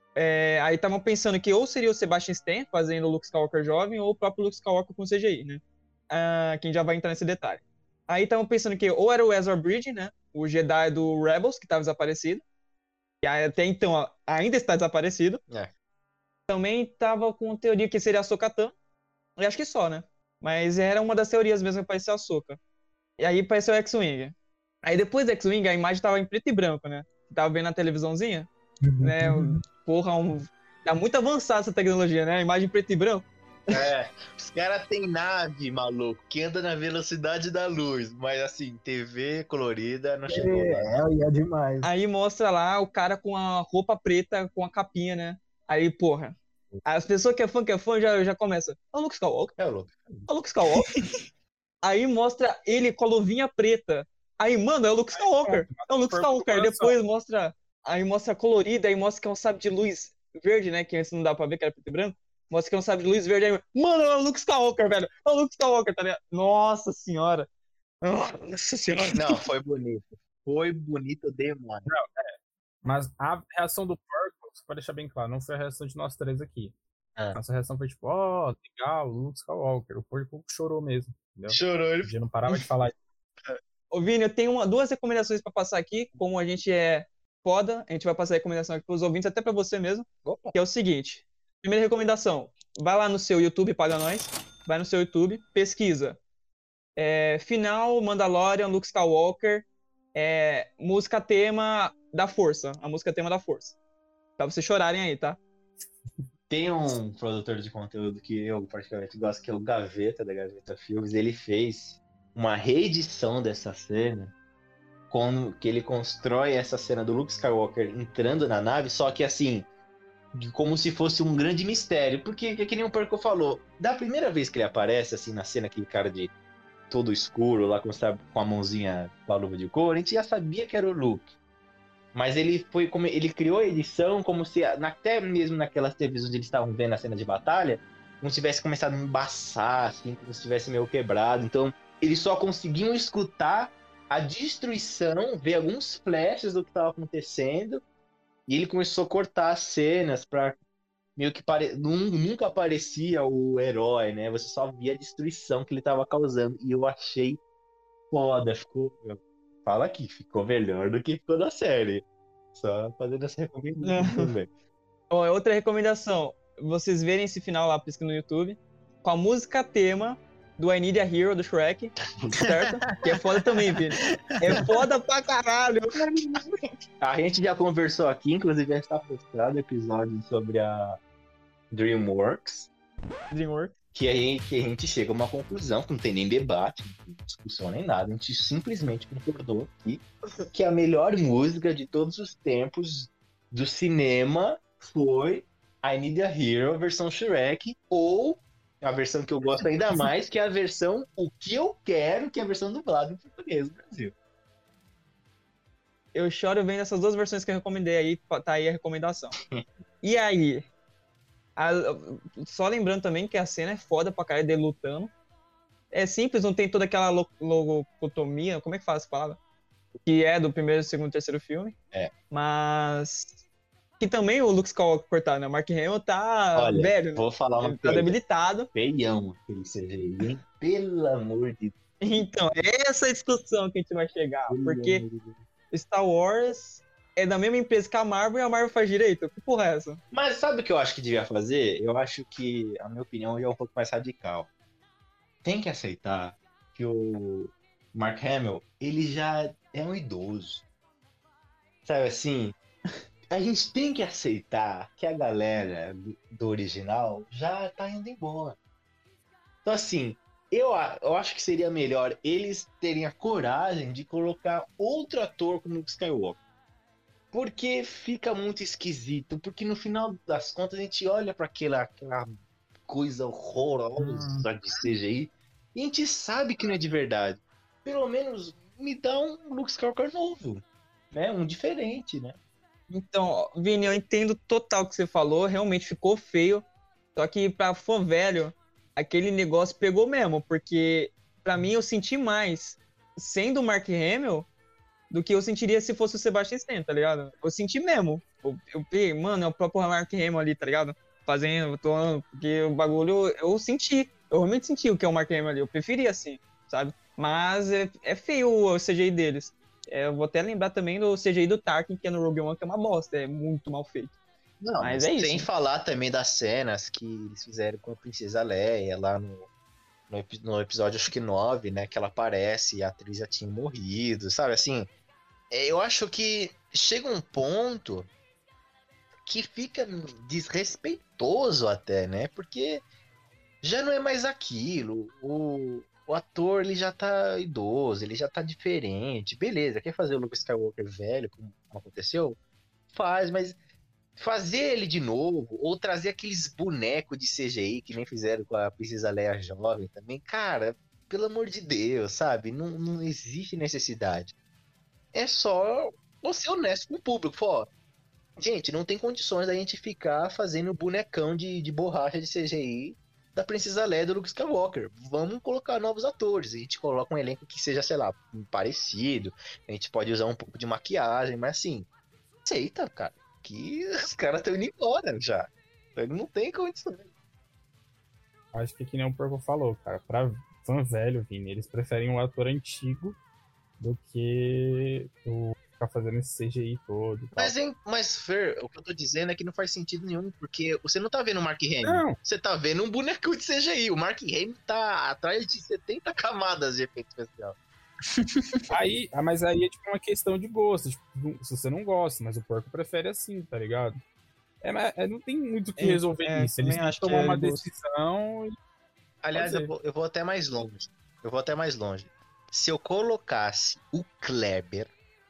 É, aí estavam pensando que ou seria o Sebastian Stan fazendo o Luke Skywalker jovem, ou o próprio Luke Skywalker com C G I, né? Ah, quem já vai entrar nesse detalhe. Aí estavam pensando que ou era o Ezra Bridger, né? O Jedi do Rebels, que tava desaparecido. E até então ó, ainda está desaparecido. É. Também tava com teoria que seria a Ahsoka Tano. Eu acho que só, né? Mas era uma das teorias mesmo que parecia a Ahsoka. E aí apareceu o X-Wing. Aí depois do X-Wing, a imagem tava em preto e branco, né? Tava vendo na televisãozinha. Né? Porra, um... tá muito avançada essa tecnologia, né? A imagem em preto e branco. É, os caras têm nave, maluco, que anda na velocidade da luz, mas assim, T V colorida não chegou lá. É, e é demais. Aí mostra lá o cara com a roupa preta, com a capinha, né? Aí, porra, as pessoas que é fã, que é fã, já, já começa. É o Luke Skywalker, É louco. é o Luke Skywalker. Aí mostra ele com a luvinha preta. Aí, mano, é o Luke Skywalker, é o Luke Skywalker. Aí depois mostra, aí mostra colorida, aí mostra que é um sabre de luz verde, né? Que antes não dá pra ver, que era preto e branco. Mostra que é um sabre de luz verde aí. Mano, é o Luke Skywalker, velho. É o Luke Skywalker, tá ligado? Nossa senhora. Nossa senhora. Não, foi bonito. Foi bonito demais. Não, é. Mas a reação do Purple, só pra deixar bem claro, não foi a reação de nós três aqui. Ah. Nossa reação foi tipo, ó, oh, legal, Luke Skywalker. O Purple chorou mesmo, entendeu? Chorou, ele Já não parava de falar. Ô, Vini, eu tenho uma, duas recomendações pra passar aqui. Como a gente é foda, a gente vai passar a recomendação aqui pros ouvintes, até pra você mesmo. Opa. Que é o seguinte. Primeira recomendação. Vai lá no seu YouTube, paga nós. Vai no seu YouTube, pesquisa. É, final, Mandalorian, Luke Skywalker. É, música tema da Força. A música tema da Força. Pra vocês chorarem aí, tá? Tem um produtor de conteúdo que eu particularmente gosto, que é o Gaveta, da Gaveta Filmes. Ele fez uma reedição dessa cena, quando que ele constrói essa cena do Luke Skywalker entrando na nave, só que assim, como se fosse um grande mistério, porque, que nem o Perco falou, da primeira vez que ele aparece, assim, na cena, aquele cara de todo escuro, lá com, com a mãozinha com a luva de couro, a gente já sabia que era o Luke. Mas ele foi como ele criou a edição como se, até mesmo naquelas televisões onde eles estavam vendo a cena de batalha, como se tivesse começado a embaçar, assim, como se tivesse meio quebrado. Então, eles só conseguiam escutar a destruição, ver alguns flashes do que estava acontecendo, e ele começou a cortar as cenas para meio que pare... nunca aparecia o herói, né? Você só via a destruição que ele estava causando. E eu achei foda, ficou... Fala aqui, ficou melhor do que ficou na série. Só fazendo essa recomendação também. Ó, outra recomendação. Vocês verem esse final lá, pesquisa no YouTube, com a música tema do I Need a Hero, do Shrek, certo? Que é foda também, Vini. É foda pra caralho. A gente já conversou aqui, inclusive já está postado episódio sobre a DreamWorks. DreamWorks. Que a, gente, que a gente chega a uma conclusão, que não tem nem debate, não tem discussão nem nada. A gente simplesmente concordou aqui que a melhor música de todos os tempos do cinema foi I Need a Hero, versão Shrek, ou a versão que eu gosto ainda mais, que é a versão O Que Eu Quero, que é a versão dublada em português do Brasil. Eu choro vendo essas duas versões que eu recomendei aí, tá aí a recomendação. E aí, a, só lembrando também que a cena é foda pra caralho dele lutando. É simples, não tem toda aquela lo- logotomia, como é que fala essa palavra? Que é do primeiro, segundo, terceiro filme. É. Mas que também o Luke Skywalker cortado, né? O Mark Hamill tá Olha, velho, né? vou falar uma Ele tá coisa. debilitado. Feião aquele C G I, hein? Pelo amor de Então, é essa discussão que a gente vai chegar. Deus. Porque Star Wars é da mesma empresa que a Marvel e a Marvel faz direito. Que porra é essa? Mas sabe o que eu acho que devia fazer? Eu acho que, a minha opinião, é um pouco mais radical. Tem que aceitar que o Mark Hamill, ele já é um idoso. Sabe assim? A gente tem que aceitar que a galera do, do original já tá indo embora. Então, assim, eu, a- eu acho que seria melhor eles terem a coragem de colocar outro ator como Luke Skywalker. Porque fica muito esquisito. Porque no final das contas a gente olha para aquela, aquela coisa horrorosa de C G I e a gente sabe que não é de verdade. Pelo menos me dá um Luke Skywalker novo, né? Um diferente, né? Então, ó, Vini, eu entendo total o que você falou. Realmente ficou feio. Só que pra fã velho, aquele negócio pegou mesmo. Porque pra mim eu senti mais sendo o Mark Hamill do que eu sentiria se fosse o Sebastian Stan, tá ligado? Eu senti mesmo. Eu, eu peguei, mano, é o próprio Mark Hamill ali, tá ligado? Fazendo, atuando, porque o bagulho eu senti. Eu realmente senti o que é o Mark Hamill ali. Eu preferia assim, sabe? Mas é, é feio o C G I deles. É, eu vou até lembrar também do C G I do Tarkin, que é no Rogue One, que é uma bosta. É muito mal feito. Não, Mas mas é sem isso. falar também das cenas que eles fizeram com a Princesa Leia lá no, no, epi- no episódio, acho que nove, né? Que ela aparece e a atriz já tinha morrido, sabe? Assim, é, eu acho que chega um ponto que fica desrespeitoso até, né? Porque já não é mais aquilo. O, o ator, ele já tá idoso, ele já tá diferente. Beleza, quer fazer o Luke Skywalker velho, como aconteceu? Faz, mas fazer ele de novo, ou trazer aqueles bonecos de C G I que nem fizeram com a Princesa Leia jovem também, cara, pelo amor de Deus, sabe? Não, não existe necessidade. É só você honesto com o público. Pô, gente, não tem condições da gente ficar fazendo bonecão de, de borracha de C G I da Princesa Leia do Luke Skywalker. Vamos colocar novos atores. A gente coloca um elenco que seja, sei lá, parecido. A gente pode usar um pouco de maquiagem, mas assim, aceita, cara. Que os caras estão indo embora já. Ele não tem condição. Acho que que nem o Purple falou, cara. Pra fã velho, Vini, eles preferem um ator antigo do que o ficar fazendo esse C G I todo e tal. Mas, hein, mas, Fer, o que eu tô dizendo é que não faz sentido nenhum, porque você não tá vendo o Mark Hamill. Não. Você tá vendo um boneco de C G I. O Mark Hamill tá atrás de setenta camadas de efeito especial. Aí, ah, mas aí é tipo uma questão de gosto. Tipo, não- se você não gosta, mas o porco prefere assim, tá ligado? É, mas é, não tem muito o que É, resolver é, nisso. Eles também têm acho que que tomar é uma gosto. decisão. e- Aliás, Pode eu ser. vou, eu vou até mais longe. Eu vou até mais longe. Se eu colocasse o Kleber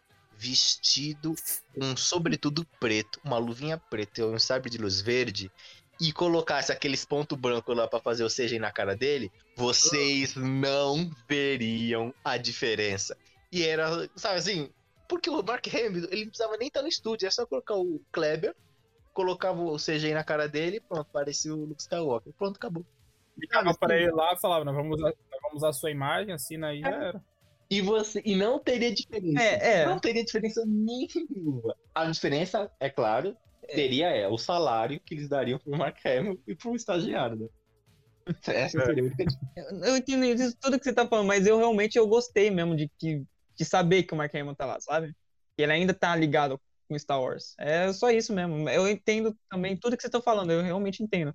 vestido com um sobretudo preto, uma luvinha preta e um sabre de luz verde, e colocasse aqueles pontos brancos lá pra fazer o C G I na cara dele, vocês não veriam a diferença. E era, sabe assim, porque o Mark Hamill, ele não precisava nem estar no estúdio, é só colocar o Kleber, colocava o C G I na cara dele, pronto, parecia o Luke Skywalker. Pronto, acabou. Ficava pra ele lá e falava, nós vamos usar, nós vamos usar a sua imagem, assina aí, já era. E você e não teria diferença. É, é. Não teria diferença nenhuma. A diferença, é claro, teria é o salário que eles dariam pro Mark Hamill e pro estagiário, né? Essa É. seria a única diferença. Eu eu entendo isso, tudo que você tá falando, mas eu realmente eu gostei mesmo de, que, de saber que o Mark Hamill tá lá, sabe? Que ele ainda tá ligado com Star Wars. É só isso mesmo. Eu entendo também tudo que você tá falando, eu realmente entendo.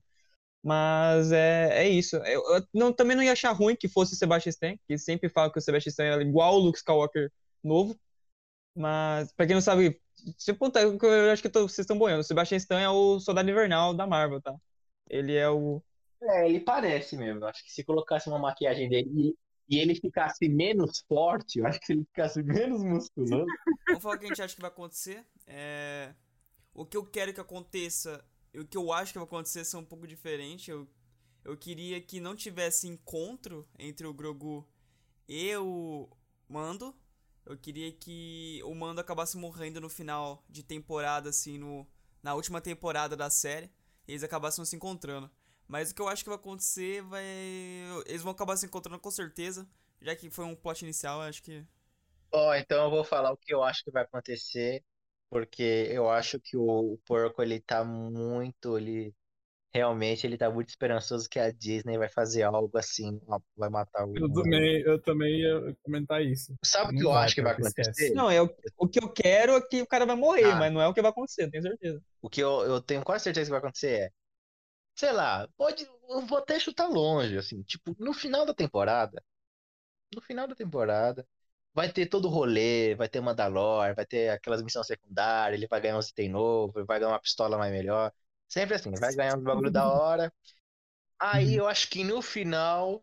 Mas é, é isso. Eu, eu não, também não ia achar ruim que fosse o Sebastian Stan, que sempre fala que o Sebastian Stan era igual o Luke Skywalker novo. Mas, pra quem não sabe, deixa eu apontar, eu eu acho que eu tô- vocês estão boiando. O Sebastian Stan é o Soldado Invernal da Marvel, tá? Ele é o. É, ele parece mesmo. Eu acho que se colocasse uma maquiagem dele e, e ele ficasse menos forte, eu acho que ele ficasse menos musculoso. Vamos falar o que a gente acha que vai acontecer. É... O que eu quero que aconteça e o que eu acho que vai acontecer são um pouco diferentes. Eu, eu queria que não tivesse encontro entre o Grogu e o Mando. Eu queria que o Mando acabasse morrendo no final de temporada, assim, no, na última temporada da série. E eles acabassem se encontrando. Mas o que eu acho que vai acontecer vai... Eles vão acabar se encontrando com certeza. Já que foi um plot inicial, eu acho que... Ó, então eu vou falar o que eu acho que vai acontecer, porque eu acho que o, o porco ele tá muito, ele realmente ele tá muito esperançoso que a Disney vai fazer algo assim, ó, vai matar o Eu Mando. também, eu também ia comentar isso. Sabe o que Não eu vai, acho que vai porco, esquece. acontecer? Não, é o, o que eu quero é que o cara vai morrer, Ah, mas não é o que vai acontecer, eu tenho certeza. o que eu, eu tenho quase certeza que vai acontecer é, sei lá, pode, eu vou até chutar longe, assim, tipo, no final da temporada, no final da temporada, vai ter todo o rolê, vai ter Mandalore, vai ter aquelas missões secundárias, ele vai ganhar um item novo, ele vai ganhar uma pistola mais melhor. Sempre assim, vai ganhar um bagulho da hora. Aí Uhum. eu acho que no final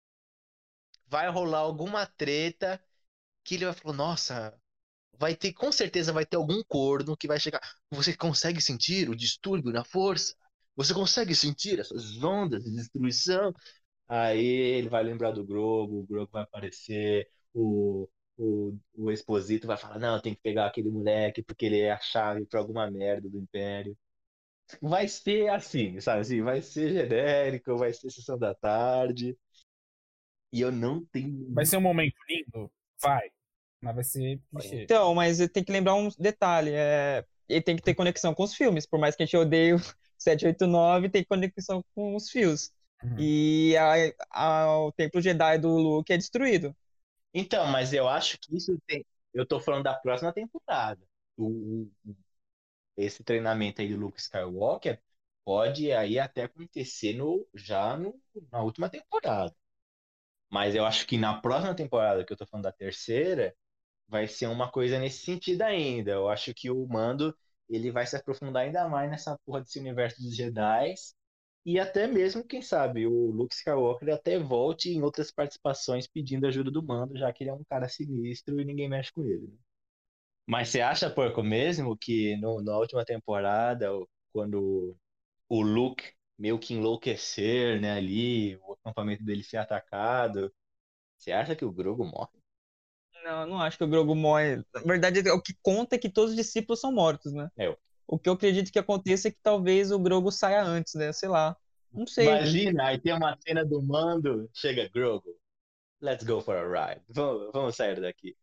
vai rolar alguma treta que ele vai falar, nossa, vai ter, com certeza vai ter algum corno que vai chegar. Você consegue sentir o distúrbio na força? Você consegue sentir essas ondas de destruição? Aí ele vai lembrar do Grogu, o Grogu vai aparecer, o, o, o Exposito vai falar, não, tem que pegar aquele moleque porque ele é a chave pra alguma merda do Império. Vai ser assim, sabe assim, vai ser genérico, vai ser sessão da tarde, e eu não Vai tenho... ser um momento lindo? Vai. Mas vai ser clichê. Então, mas tem que lembrar um detalhe, é... ele tem que ter conexão com os filmes, por mais que a gente odeie o sete oito nove, tem conexão com os fios. Uhum. E a, a- o Templo Jedi do Luke é destruído. Então, mas eu acho que isso tem... Eu tô falando da próxima temporada. O, o- esse treinamento aí do Luke Skywalker pode aí até acontecer no, já no, na última temporada. Mas eu acho que na próxima temporada, que eu tô falando da terceira, vai ser uma coisa nesse sentido ainda. Eu acho que o Mando, ele vai se aprofundar ainda mais nessa porra desse universo dos Jedi. E até mesmo, quem sabe, o Luke Skywalker até volte em outras participações pedindo ajuda do Mando, já que ele é um cara sinistro e ninguém mexe com ele, né? Mas você acha, porco, mesmo que no, na última temporada, o- quando o Luke meio que enlouquecer, né, ali, o acampamento dele ser atacado, você acha que o Grogu morre? Não, eu não acho que o Grogu morre. Na verdade, o que conta é que todos os discípulos são mortos, né? É, O que eu acredito que aconteça é que talvez o Grogu saia antes, né? Sei lá. Não sei. imagina, aí tem uma cena do Mando, chega Grogu, let's go for a ride, vamos, vamos sair daqui.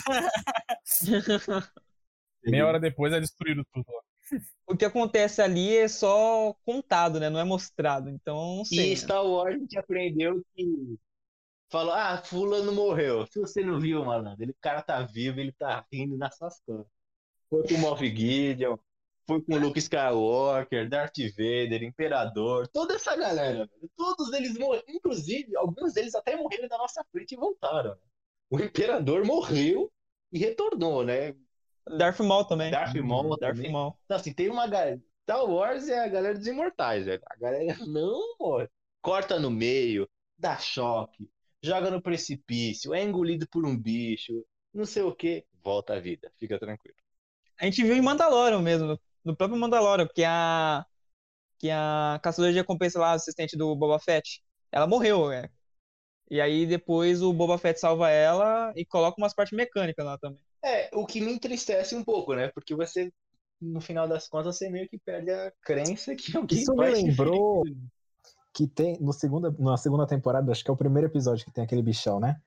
Meia hora depois é destruído tudo. O que acontece ali é só contado, né? Não é mostrado. Então, não E sei, né? Star Wars a gente aprendeu que falou, ah, fulano morreu. Se você não viu, malandro, ele, o cara tá vivo, ele tá rindo nas suas costas. Foi com o Moff Gideon, foi com o Luke Skywalker, Darth Vader, Imperador, toda essa galera, velho. Todos eles morreram, inclusive, alguns deles até morreram na nossa frente e voltaram, né? O Imperador morreu e retornou, né? Darth Maul também. Darth Maul Darth também. Maul. Então, assim, tem uma galera. Star Wars é a galera dos imortais, velho. A galera não morre. Corta no meio, dá choque, joga no precipício, é engolido por um bicho, não sei o que, volta à vida, fica tranquilo. A gente viu em Mandalorian mesmo, no, no próprio Mandalorian, que a, que a caçadora de recompensa lá, assistente do Boba Fett, ela morreu, né? E aí depois o Boba Fett salva ela e coloca umas partes mecânicas lá também. É, o que me entristece um pouco, né? Porque você, no final das contas, você meio que perde a crença que alguém Isso me vai se lembrou ferir. que tem no segunda, na segunda temporada, acho que é o primeiro episódio que tem aquele bichão, né?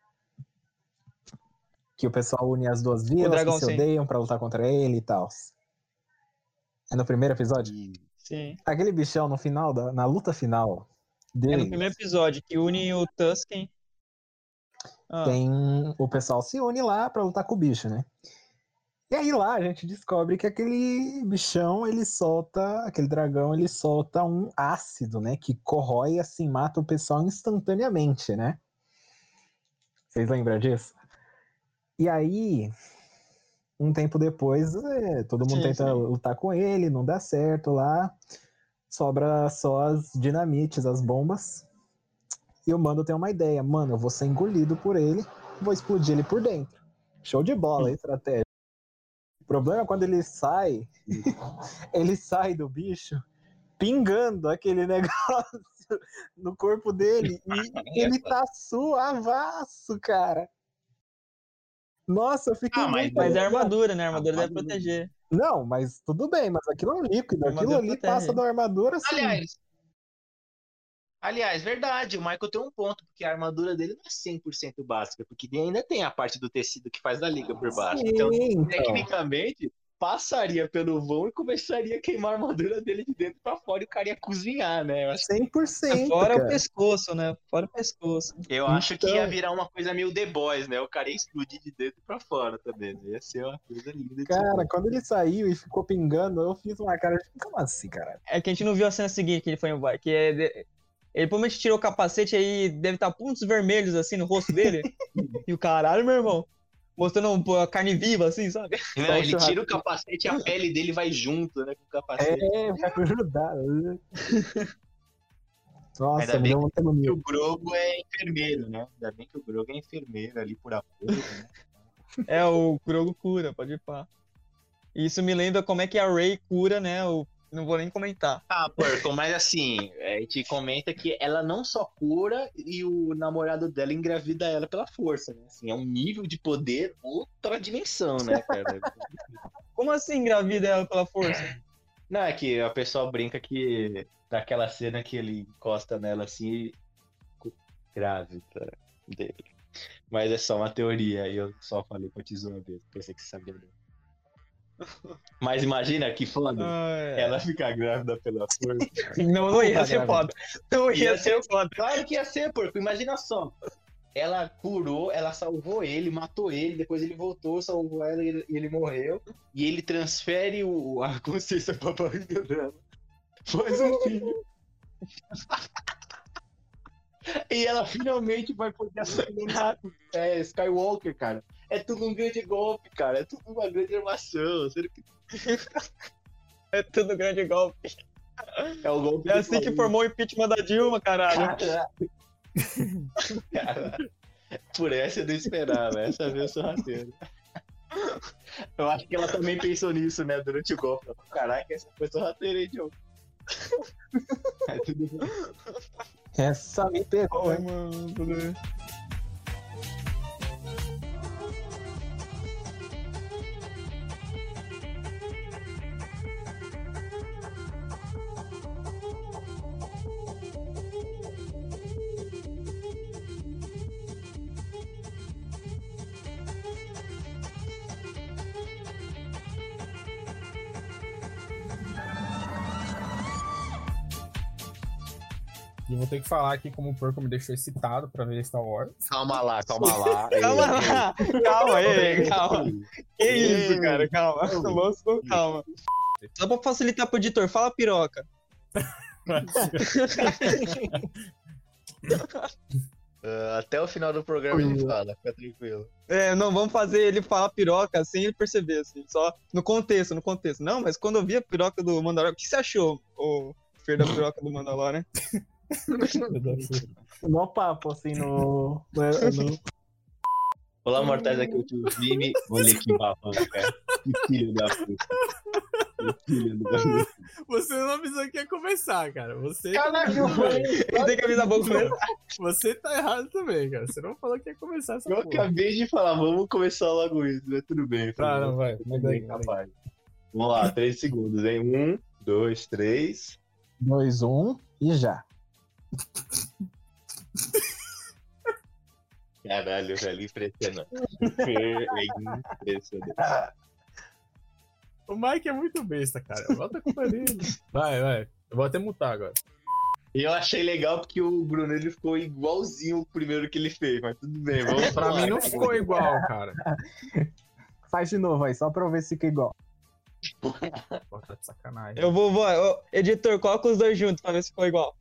Que o pessoal une as duas O vilas que dragão, se sim. odeiam pra lutar contra ele e tal. É no primeiro episódio? E Sim. Aquele bichão no final, da, na luta final É no dele, primeiro episódio que une o Tusken. Ah, tem o pessoal se une lá pra lutar com o bicho, né? E aí lá a gente descobre que aquele bichão, ele solta, aquele dragão, ele solta um ácido, né? Que corrói e assim, mata o pessoal instantaneamente, né? Vocês lembram disso? E aí, um tempo depois, é, todo mundo sim, tenta sim. lutar com ele, não dá certo lá. Sobra só as dinamites, as bombas. E o Mando tem uma ideia. Mano, eu vou ser engolido por ele, vou explodir ele por dentro. Show de bola a estratégia. O problema é quando ele sai, ele sai do bicho pingando aquele negócio no corpo dele e ele tá suavaço, cara. Nossa, eu fiquei Ah, mas- muito... Mas é armadura, né? A armadura deve Armadura. proteger. Não, mas tudo bem, mas aquilo é um líquido. A Aquilo armadura ali protege. passa da armadura assim. Aliás, aliás, verdade, o Michael tem um ponto, porque a armadura dele não é cem por cento básica, porque ainda tem a parte do tecido que faz da liga por baixo. Sim, Então, então. tecnicamente, passaria pelo vão e começaria a queimar a armadura dele de dentro pra fora e o cara ia cozinhar, né? Eu acho, cem por cento, Fora cara. o pescoço, né? Fora o pescoço. eu acho que Então- ia virar uma coisa meio The Boys, né? O cara ia explodir de dentro pra fora também, né? Ia ser uma coisa linda de Cara, ver. quando ele saiu e ficou pingando, eu fiz uma cara de... Como assim, cara? É que a gente não viu a cena seguinte que ele foi embora. Que é de- Ele provavelmente tirou o capacete aí, deve estar pontos vermelhos assim no rosto dele. E o caralho, meu irmão. Mostrando pô, a carne viva, assim, sabe? Não, Só o ele tira churrasco. o capacete e a pele dele vai junto, né? Com o capacete. É, fica grudado. Nossa, Ainda me bem deu muita que agonia. o Grogu é enfermeiro, né? Ainda bem que o Grogu é enfermeiro ali por apoio, né? É, o Grogu cura, pode ir pá. E isso me lembra como é que a Rey cura, né? O... Não vou nem comentar. Ah, Porco, mas assim, a gente comenta que ela não só cura e o namorado dela engravida ela pela força, né? Assim, é um nível de poder outra dimensão, né, cara? Como assim engravida ela pela força? Não, é que a pessoa brinca que naquela cena que ele encosta nela assim e grávida dele. Mas é só uma teoria, e eu só falei pra te zoar mesmo, pensei que você sabia dela. Mas imagina que foda, Ah, é. ela ficar grávida pela força. Não, não ia Tá ser grávida. foda. Não ia Ia ser foda. Claro que ia ser, porco. Imagina só. Ela curou, ela salvou ele, matou ele, depois ele voltou, salvou ela e ele, e ele morreu. E ele transfere o, a consciência pra barriga dela. Faz um filho. E ela finalmente vai poder assumir é, Skywalker, cara. É tudo um grande golpe, cara. É tudo uma grande armação. Sendo que É tudo grande golpe. é o golpe É do assim que Paulo. formou o impeachment da Dilma, caralho. Cara, por essa eu não esperava, essa veio sorrateira. Eu acho que ela também pensou nisso, né, durante o golpe. Ela falou, caraca, essa foi sorrateira, hein, Joe? É tudo bem. Essa me pegou, Ai, hein? mano, tudo bem. E vou ter que falar aqui como o porco me deixou excitado pra ver Star Wars. Calma lá, calma lá. Calma lá. Calma aí, calma. Que isso, Ei, cara, calma. ei. Vamos com calma. Só pra facilitar pro editor, fala piroca. Ah, até o final do programa ele fala, fica tranquilo. É, não, vamos fazer ele falar piroca sem ele perceber, assim. Só no contexto, no contexto. Não, mas quando eu vi a piroca do Mandalorian, o que você achou, o Fer da piroca do Mandalorian? Mó papo, assim, no... no... Olá, mortais, aqui é o tio Vini. Olha que babão, cara. Que filho da puta. Que filho da puta. Você não avisou que ia começar, cara. Você, Caraca, eu falei. Ele tem que avisar a boca mesmo. você tá errado também, cara. Você não falou que ia começar essa Eu porra. acabei de falar, vamos começar logo isso, mas tudo bem. Tá, não, vai. Tudo Manda bem, aí, manda aí. capaz. Vamos lá, três segundos, hein? Um, dois, três. dois, um e já. Caralho, velho, impressionante. É impressionante. O Mike é muito besta, cara. Bota a culpa nele. Vai, vai. Eu vou até mutar agora. E eu achei legal porque o Bruno ele ficou igualzinho o primeiro que ele fez, mas tudo bem, vamos Pra falar. mim não ficou igual, cara. Faz de novo aí, só pra eu ver se fica igual. Pô, tá de sacanagem. Eu vou, vou. Ô, editor, coloca os dois juntos pra ver se ficou igual.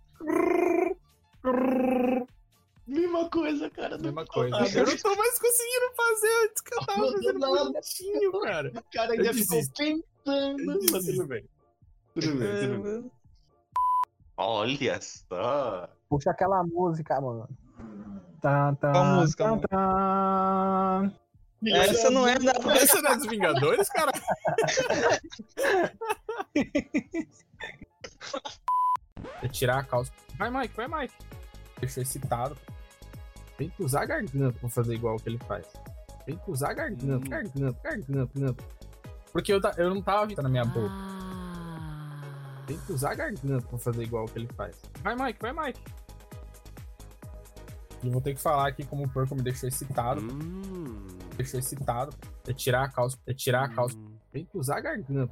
Mesma coisa, cara. não Mesma ficou coisa. nada. Eu não tô mais conseguindo fazer antes que eu tava Não fazendo nada. bonitinho, cara. O cara ainda Eu ficou desisto. pensando. Eu Mas tudo desisto. bem. Tudo bem, tudo bem. Olha só. Puxa aquela música, mano. Tan, tan, Qual música, tan, mano? tan. Essa não é da. Essa não é dos Vingadores, cara? É tirar a calça. Vai, Mike, vai, Mike. Deixou excitado. Tem que usar a garganta pra fazer igual o que ele faz. Tem que usar a garganta, garganta, garganta, garganta. Porque eu, ta- eu não tava na minha boca. Tem que usar a garganta pra fazer igual o que ele faz. Vai, Mike, vai, Mike. Eu vou ter que falar aqui como o porco me deixou excitado. Hum. Deixou excitado. É tirar a calça. É tirar a calça. Hum. Tem que usar a garganta.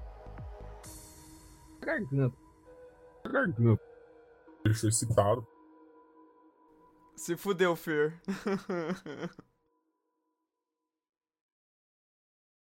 A garganta. A garganta. Deixou excitado. Se fudeu, Fer.